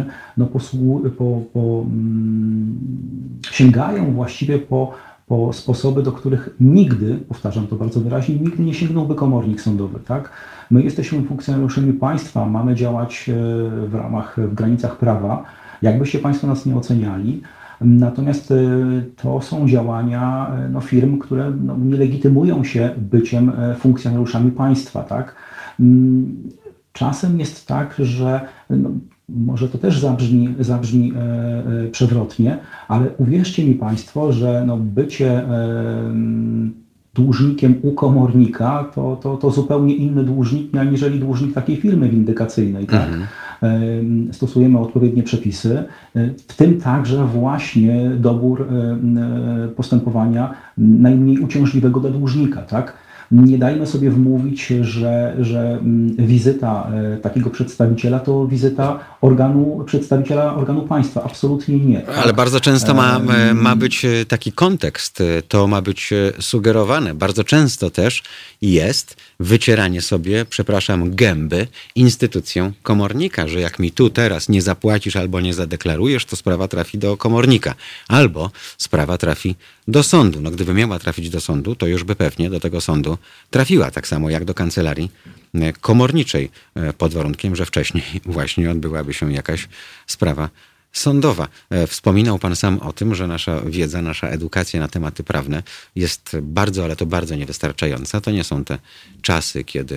sięgają właściwie po sposoby, do których nigdy, powtarzam to bardzo wyraźnie, nigdy nie sięgnąłby komornik sądowy, tak? My jesteśmy funkcjonariuszami państwa, mamy działać w granicach prawa, jakbyście Państwo nas nie oceniali. Natomiast to są działania firm, które nie legitymują się byciem funkcjonariuszami państwa, tak? Czasem jest tak, że może to też zabrzmi przewrotnie, ale uwierzcie mi Państwo, że bycie dłużnikiem u komornika to zupełnie inny dłużnik, aniżeli dłużnik takiej firmy windykacyjnej. Tak? Stosujemy odpowiednie przepisy, w tym także właśnie dobór postępowania najmniej uciążliwego dla dłużnika. Tak? Nie dajmy sobie wmówić, że wizyta takiego przedstawiciela to wizyta przedstawiciela organu państwa. Absolutnie nie. Tak? Ale bardzo często ma być taki kontekst, to ma być sugerowane. Bardzo często też jest wycieranie sobie, gęby instytucją komornika, że jak mi tu teraz nie zapłacisz albo nie zadeklarujesz, to sprawa trafi do komornika. Albo sprawa trafi do sądu. Gdyby miała trafić do sądu, to już by pewnie do tego sądu trafiła, tak samo jak do kancelarii komorniczej, pod warunkiem, że wcześniej właśnie odbyłaby się jakaś sprawa sądowa. Wspominał pan sam o tym, że nasza wiedza, nasza edukacja na tematy prawne jest bardzo, ale to bardzo niewystarczająca. To nie są te czasy, kiedy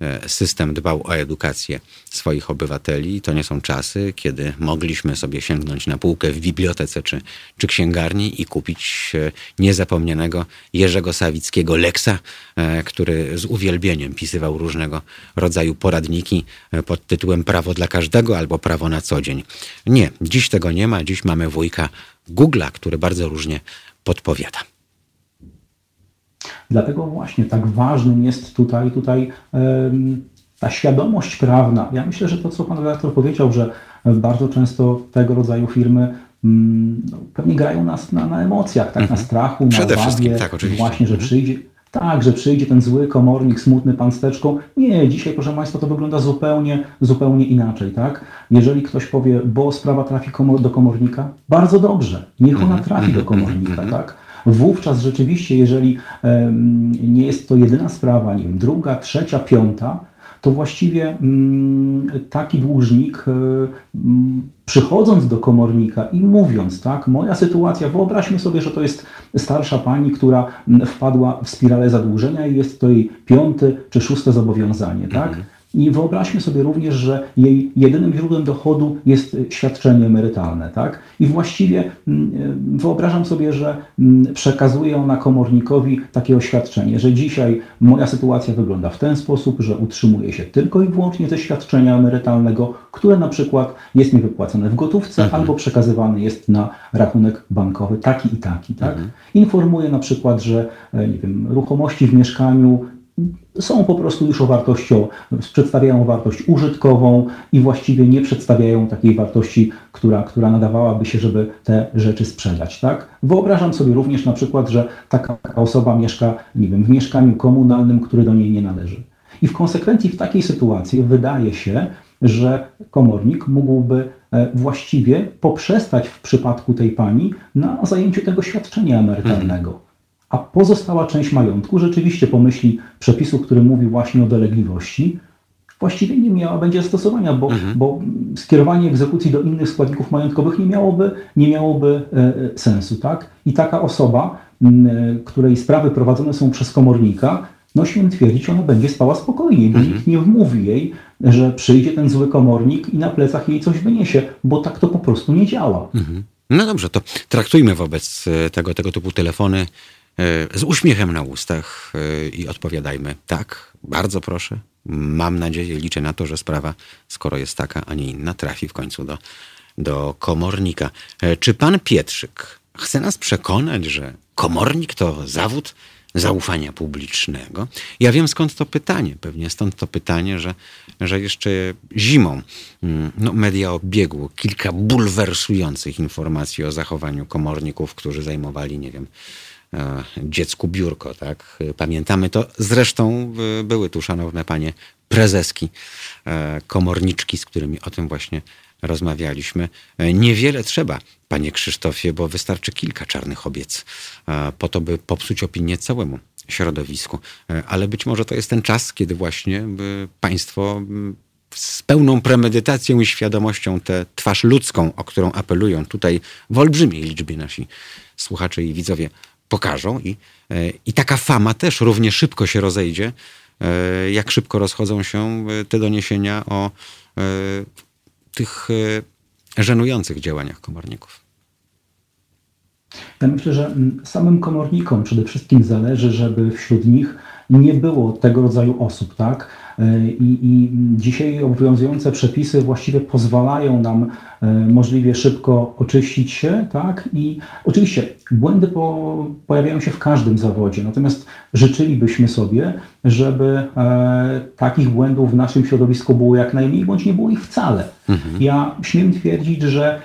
system dbał o edukację swoich obywateli. To nie są czasy, kiedy mogliśmy sobie sięgnąć na półkę w bibliotece czy księgarni i kupić niezapomnianego Jerzego Sawickiego Leksa, który z uwielbieniem pisywał różnego rodzaju poradniki pod tytułem Prawo dla każdego albo Prawo na co dzień. Nie, dziś tego nie ma. Dziś mamy wujka Google'a, który bardzo różnie podpowiada. Dlatego właśnie tak ważnym jest tutaj ta świadomość prawna. Ja myślę, że to, co pan redaktor powiedział, że bardzo często tego rodzaju firmy pewnie grają nas na emocjach, tak, na strachu, Przede na wszystkim, obawie, tak, oczywiście. właśnie, że przyjdzie. Tak, że przyjdzie ten zły komornik, smutny pan z teczką. Nie, dzisiaj, proszę państwa, to wygląda zupełnie inaczej, tak? Jeżeli ktoś powie, bo sprawa trafi do komornika, bardzo dobrze, niech ona trafi do komornika, tak? Wówczas rzeczywiście, jeżeli nie jest to jedyna sprawa, nie wiem, druga, trzecia, piąta, to właściwie taki dłużnik, przychodząc do komornika i mówiąc, tak, moja sytuacja, wyobraźmy sobie, że to jest starsza pani, która wpadła w spiralę zadłużenia i jest to jej 5. czy 6. zobowiązanie, tak? I wyobraźmy sobie również, że jej jedynym źródłem dochodu jest świadczenie emerytalne, tak? I właściwie wyobrażam sobie, że przekazuje ona komornikowi takie oświadczenie, że dzisiaj moja sytuacja wygląda w ten sposób, że utrzymuję się tylko i wyłącznie ze świadczenia emerytalnego, które na przykład jest mi wypłacone w gotówce albo przekazywany jest na rachunek bankowy taki i taki, tak? Informuję na przykład, że nie wiem, ruchomości w mieszkaniu są po prostu już przedstawiają wartość użytkową i właściwie nie przedstawiają takiej wartości, która nadawałaby się, żeby te rzeczy sprzedać, tak? Wyobrażam sobie również na przykład, że taka osoba mieszka, nie wiem, w mieszkaniu komunalnym, które do niej nie należy. I w konsekwencji w takiej sytuacji wydaje się, że komornik mógłby właściwie poprzestać w przypadku tej pani na zajęciu tego świadczenia emerytalnego. A pozostała część majątku rzeczywiście po myśli przepisu, który mówi właśnie o dolegliwości, właściwie będzie zastosowania, bo skierowanie egzekucji do innych składników majątkowych nie miałoby sensu, tak? I taka osoba, której sprawy prowadzone są przez komornika, no śmiem twierdzić, ona będzie spała spokojniej, bo nikt nie wmówi jej, że przyjdzie ten zły komornik i na plecach jej coś wyniesie, bo tak to po prostu nie działa. No dobrze, to traktujmy wobec tego typu telefony z uśmiechem na ustach i odpowiadajmy tak, bardzo proszę. Mam nadzieję, liczę na to, że sprawa, skoro jest taka, a nie inna, trafi w końcu do komornika. Czy pan Pietrzyk chce nas przekonać, że komornik to zawód zaufania publicznego? Ja wiem, skąd to pytanie. Pewnie stąd to pytanie, że jeszcze zimą media obiegło kilka bulwersujących informacji o zachowaniu komorników, którzy zajmowali, nie wiem, dziecku biurko, tak? Pamiętamy to. Zresztą były tu, szanowne panie prezeski, komorniczki, z którymi o tym właśnie rozmawialiśmy. Niewiele trzeba, panie Krzysztofie, bo wystarczy kilka czarnych obiec po to, by popsuć opinię całemu środowisku. Ale być może to jest ten czas, kiedy właśnie państwo z pełną premedytacją i świadomością tę twarz ludzką, o którą apelują tutaj w olbrzymiej liczbie nasi słuchacze i widzowie, pokażą i taka fama też równie szybko się rozejdzie, jak szybko rozchodzą się te doniesienia o tych żenujących działaniach komorników. Ja myślę, że samym komornikom przede wszystkim zależy, żeby wśród nich nie było tego rodzaju osób, tak? I dzisiaj obowiązujące przepisy właściwie pozwalają nam możliwie szybko oczyścić się, tak? I oczywiście błędy pojawiają się w każdym zawodzie, natomiast życzylibyśmy sobie, żeby takich błędów w naszym środowisku było jak najmniej, bądź nie było ich wcale. Ja śmiem twierdzić, że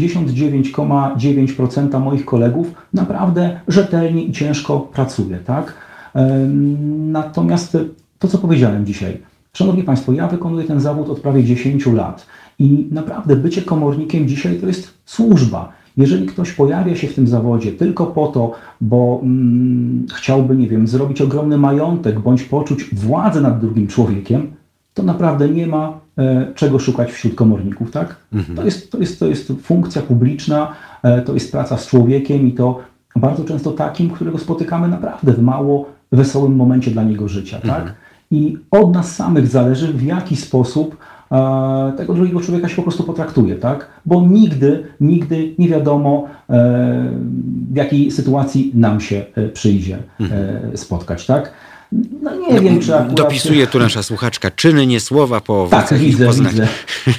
99,9% moich kolegów naprawdę rzetelnie i ciężko pracuje, tak? Natomiast to, co powiedziałem dzisiaj. Szanowni Państwo, ja wykonuję ten zawód od prawie 10 lat i naprawdę bycie komornikiem dzisiaj to jest służba. Jeżeli ktoś pojawia się w tym zawodzie tylko po to, bo chciałby, nie wiem, zrobić ogromny majątek bądź poczuć władzę nad drugim człowiekiem, to naprawdę nie ma czego szukać wśród komorników, tak? To jest funkcja publiczna, to jest praca z człowiekiem i to bardzo często takim, którego spotykamy naprawdę w mało wesołym momencie dla niego życia, tak? i od nas samych zależy, w jaki sposób tego drugiego człowieka się po prostu potraktuje, tak? Bo nigdy nie wiadomo, w jakiej sytuacji nam się przyjdzie spotkać, tak? No nie wiem, czy akurat... Dopisuje tu nasza słuchaczka, czyny, nie słowa, po owocach tak, ich poznać. Widzę.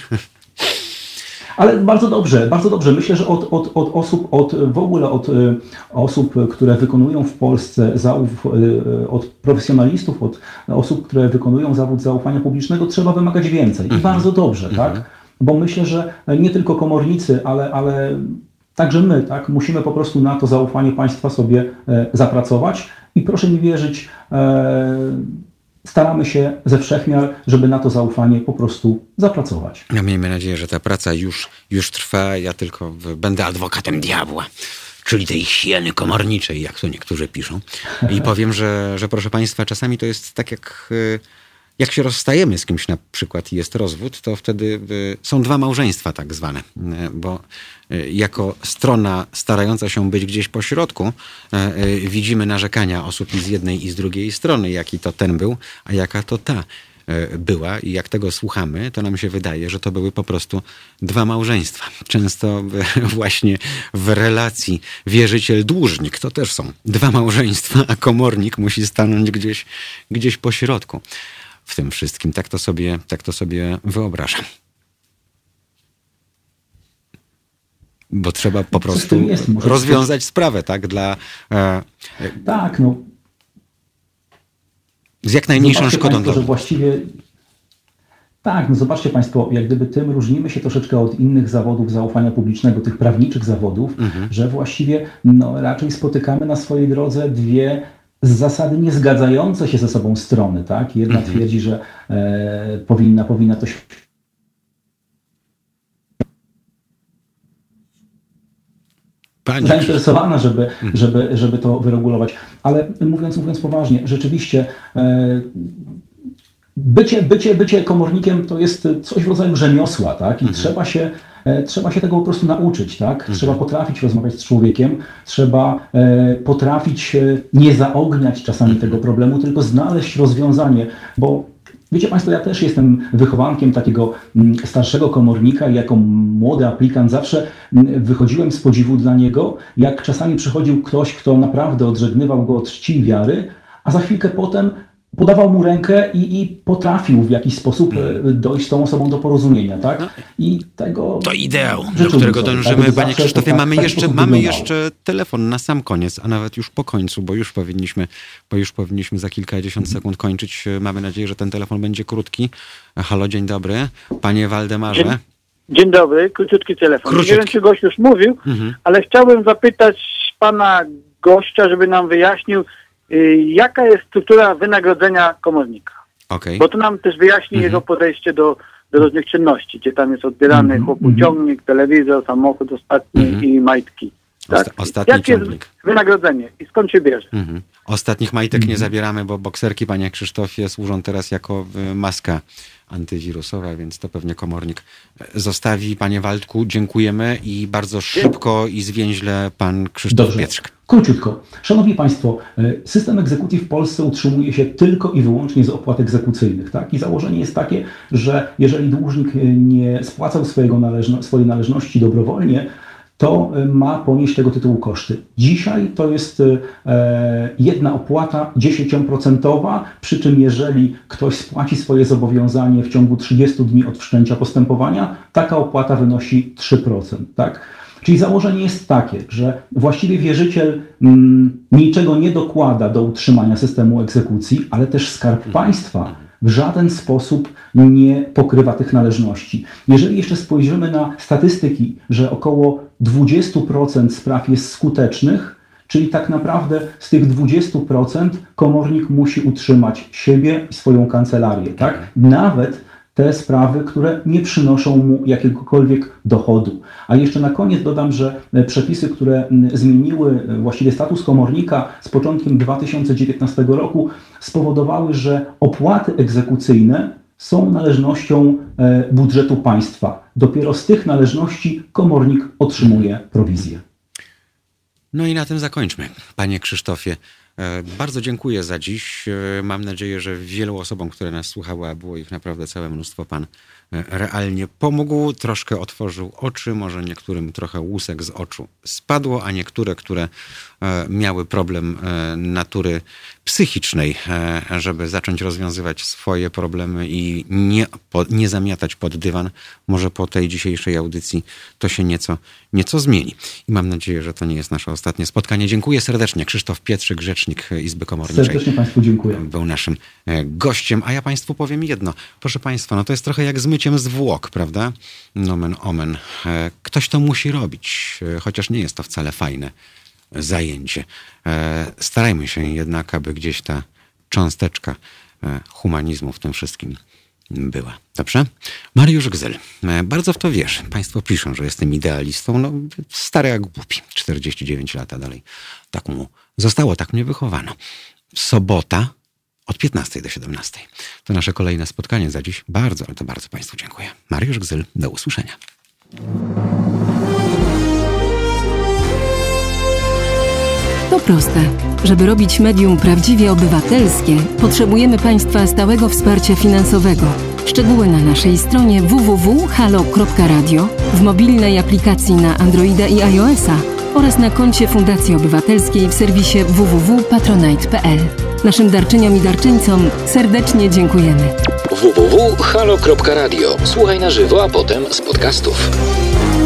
Ale bardzo dobrze. Myślę, że w ogóle od osób, które wykonują w Polsce od profesjonalistów, od osób, które wykonują zawód zaufania publicznego, trzeba wymagać więcej. I bardzo dobrze, tak? Bo myślę, że nie tylko komornicy, ale także my, tak? Musimy po prostu na to zaufanie państwa sobie zapracować i proszę mi wierzyć, staramy się ze wszechmiar, żeby na to zaufanie po prostu zapracować. No, miejmy nadzieję, że ta praca już trwa. Ja tylko będę adwokatem diabła, czyli tej hieny komorniczej, jak to niektórzy piszą. I powiem, że proszę Państwa, czasami to jest tak, jak się rozstajemy z kimś na przykład i jest rozwód, to wtedy są dwa małżeństwa tak zwane, bo jako strona starająca się być gdzieś po środku widzimy narzekania osób i z jednej i z drugiej strony, jaki to ten był, a jaka to ta była i jak tego słuchamy, to nam się wydaje, że to były po prostu dwa małżeństwa. Często właśnie w relacji wierzyciel-dłużnik to też są dwa małżeństwa, a komornik musi stanąć gdzieś po środku w tym wszystkim. Tak to sobie wyobrażam. Bo trzeba po prostu rozwiązać sprawę, tak? Tak, no. Z jak najmniejszą szkodą dla... Tak, no zobaczcie Państwo, jak gdyby tym różnimy się troszeczkę od innych zawodów zaufania publicznego, tych prawniczych zawodów, że właściwie raczej spotykamy na swojej drodze dwie z zasady niezgadzające się ze sobą strony, tak? Jedna twierdzi, że powinna to zainteresowana, żeby to wyregulować. Ale mówiąc poważnie, rzeczywiście bycie komornikiem to jest coś w rodzaju rzemiosła, tak? I trzeba się tego po prostu nauczyć, tak? Trzeba potrafić rozmawiać z człowiekiem, trzeba potrafić nie zaogniać czasami tego problemu, tylko znaleźć rozwiązanie, bo wiecie Państwo, ja też jestem wychowankiem takiego starszego komornika i jako młody aplikant zawsze wychodziłem z podziwu dla niego, jak czasami przychodził ktoś, kto naprawdę odżegnywał go od czci i wiary, a za chwilkę potem podawał mu rękę i potrafił w jakiś sposób dojść z tą osobą do porozumienia, tak? I tego... To ideał, do którego dążymy. Tak, Panie Krzysztofie, mamy jeszcze telefon na sam koniec, a nawet już po końcu, bo już powinniśmy za kilkadziesiąt sekund kończyć. Mamy nadzieję, że ten telefon będzie krótki. Halo, dzień dobry. Panie Waldemarze. Dzień dobry, króciutki telefon. Nie wiem, czy gość już mówił, ale chciałbym zapytać pana gościa, żeby nam wyjaśnił, jaka jest struktura wynagrodzenia komornika? Okay. Bo to nam też wyjaśni jego podejście do różnych czynności, gdzie tam jest odbierany chłopuciągnik, telewizor, samochód ostatni i majtki. Tak? Jakie jest wynagrodzenie i skąd się bierze? Ostatnich majtek nie zabieramy, bo bokserki, panie Krzysztofie, służą teraz jako maska antywirusowa, więc to pewnie komornik zostawi. Panie Waldku, dziękujemy i bardzo szybko i zwięźle pan Krzysztof Pietrzyk. Króciutko. Szanowni Państwo, system egzekucji w Polsce utrzymuje się tylko i wyłącznie z opłat egzekucyjnych. Tak? I założenie jest takie, że jeżeli dłużnik nie spłacał swojej należności dobrowolnie, to ma ponieść tego tytułu koszty. Dzisiaj to jest jedna opłata 10%, przy czym jeżeli ktoś spłaci swoje zobowiązanie w ciągu 30 dni od wszczęcia postępowania, taka opłata wynosi 3%. Tak? Czyli założenie jest takie, że właściwie wierzyciel niczego nie dokłada do utrzymania systemu egzekucji, ale też Skarb Państwa w żaden sposób nie pokrywa tych należności. Jeżeli jeszcze spojrzymy na statystyki, że około 20% spraw jest skutecznych, czyli tak naprawdę z tych 20% komornik musi utrzymać siebie i swoją kancelarię. Tak? Nawet te sprawy, które nie przynoszą mu jakiegokolwiek dochodu. A jeszcze na koniec dodam, że przepisy, które zmieniły właściwie status komornika z początkiem 2019 roku spowodowały, że opłaty egzekucyjne są należnością budżetu państwa. Dopiero z tych należności komornik otrzymuje prowizję. No i na tym zakończmy, panie Krzysztofie. Bardzo dziękuję za dziś. Mam nadzieję, że wielu osobom, które nas słuchały, a było ich naprawdę całe mnóstwo, pan realnie pomógł, troszkę otworzył oczy, może niektórym trochę łusek z oczu spadło, a niektóre, które miały problem natury psychicznej, żeby zacząć rozwiązywać swoje problemy i nie zamiatać pod dywan, może po tej dzisiejszej audycji to się nieco zmieni. I mam nadzieję, że to nie jest nasze ostatnie spotkanie. Dziękuję serdecznie. Krzysztof Pietrzyk, rzecznik Izby Komorniczej. Serdecznie Państwu dziękuję. Był naszym gościem, a ja Państwu powiem jedno. Proszę Państwa, no to jest trochę jak z myciem zwłok, prawda? Nomen omen. Ktoś to musi robić, chociaż nie jest to wcale fajne zajęcie. Starajmy się jednak, aby gdzieś ta cząsteczka humanizmu w tym wszystkim była. Dobrze? Mariusz Gzyl. Bardzo w to wierzę. Państwo piszą, że jestem idealistą. No, stary jak głupi. 49 lat dalej. Tak mu zostało, tak mnie wychowano. Sobota od 15 do 17. To nasze kolejne spotkanie za dziś. Bardzo, ale to bardzo Państwu dziękuję. Mariusz Gzyl. Do usłyszenia. To proste. Żeby robić medium prawdziwie obywatelskie, potrzebujemy Państwa stałego wsparcia finansowego. Szczegóły na naszej stronie www.halo.radio, w mobilnej aplikacji na Androida i iOS-a oraz na koncie Fundacji Obywatelskiej w serwisie www.patronite.pl. Naszym darczyniom i darczyńcom serdecznie dziękujemy. www.halo.radio. Słuchaj na żywo, a potem z podcastów.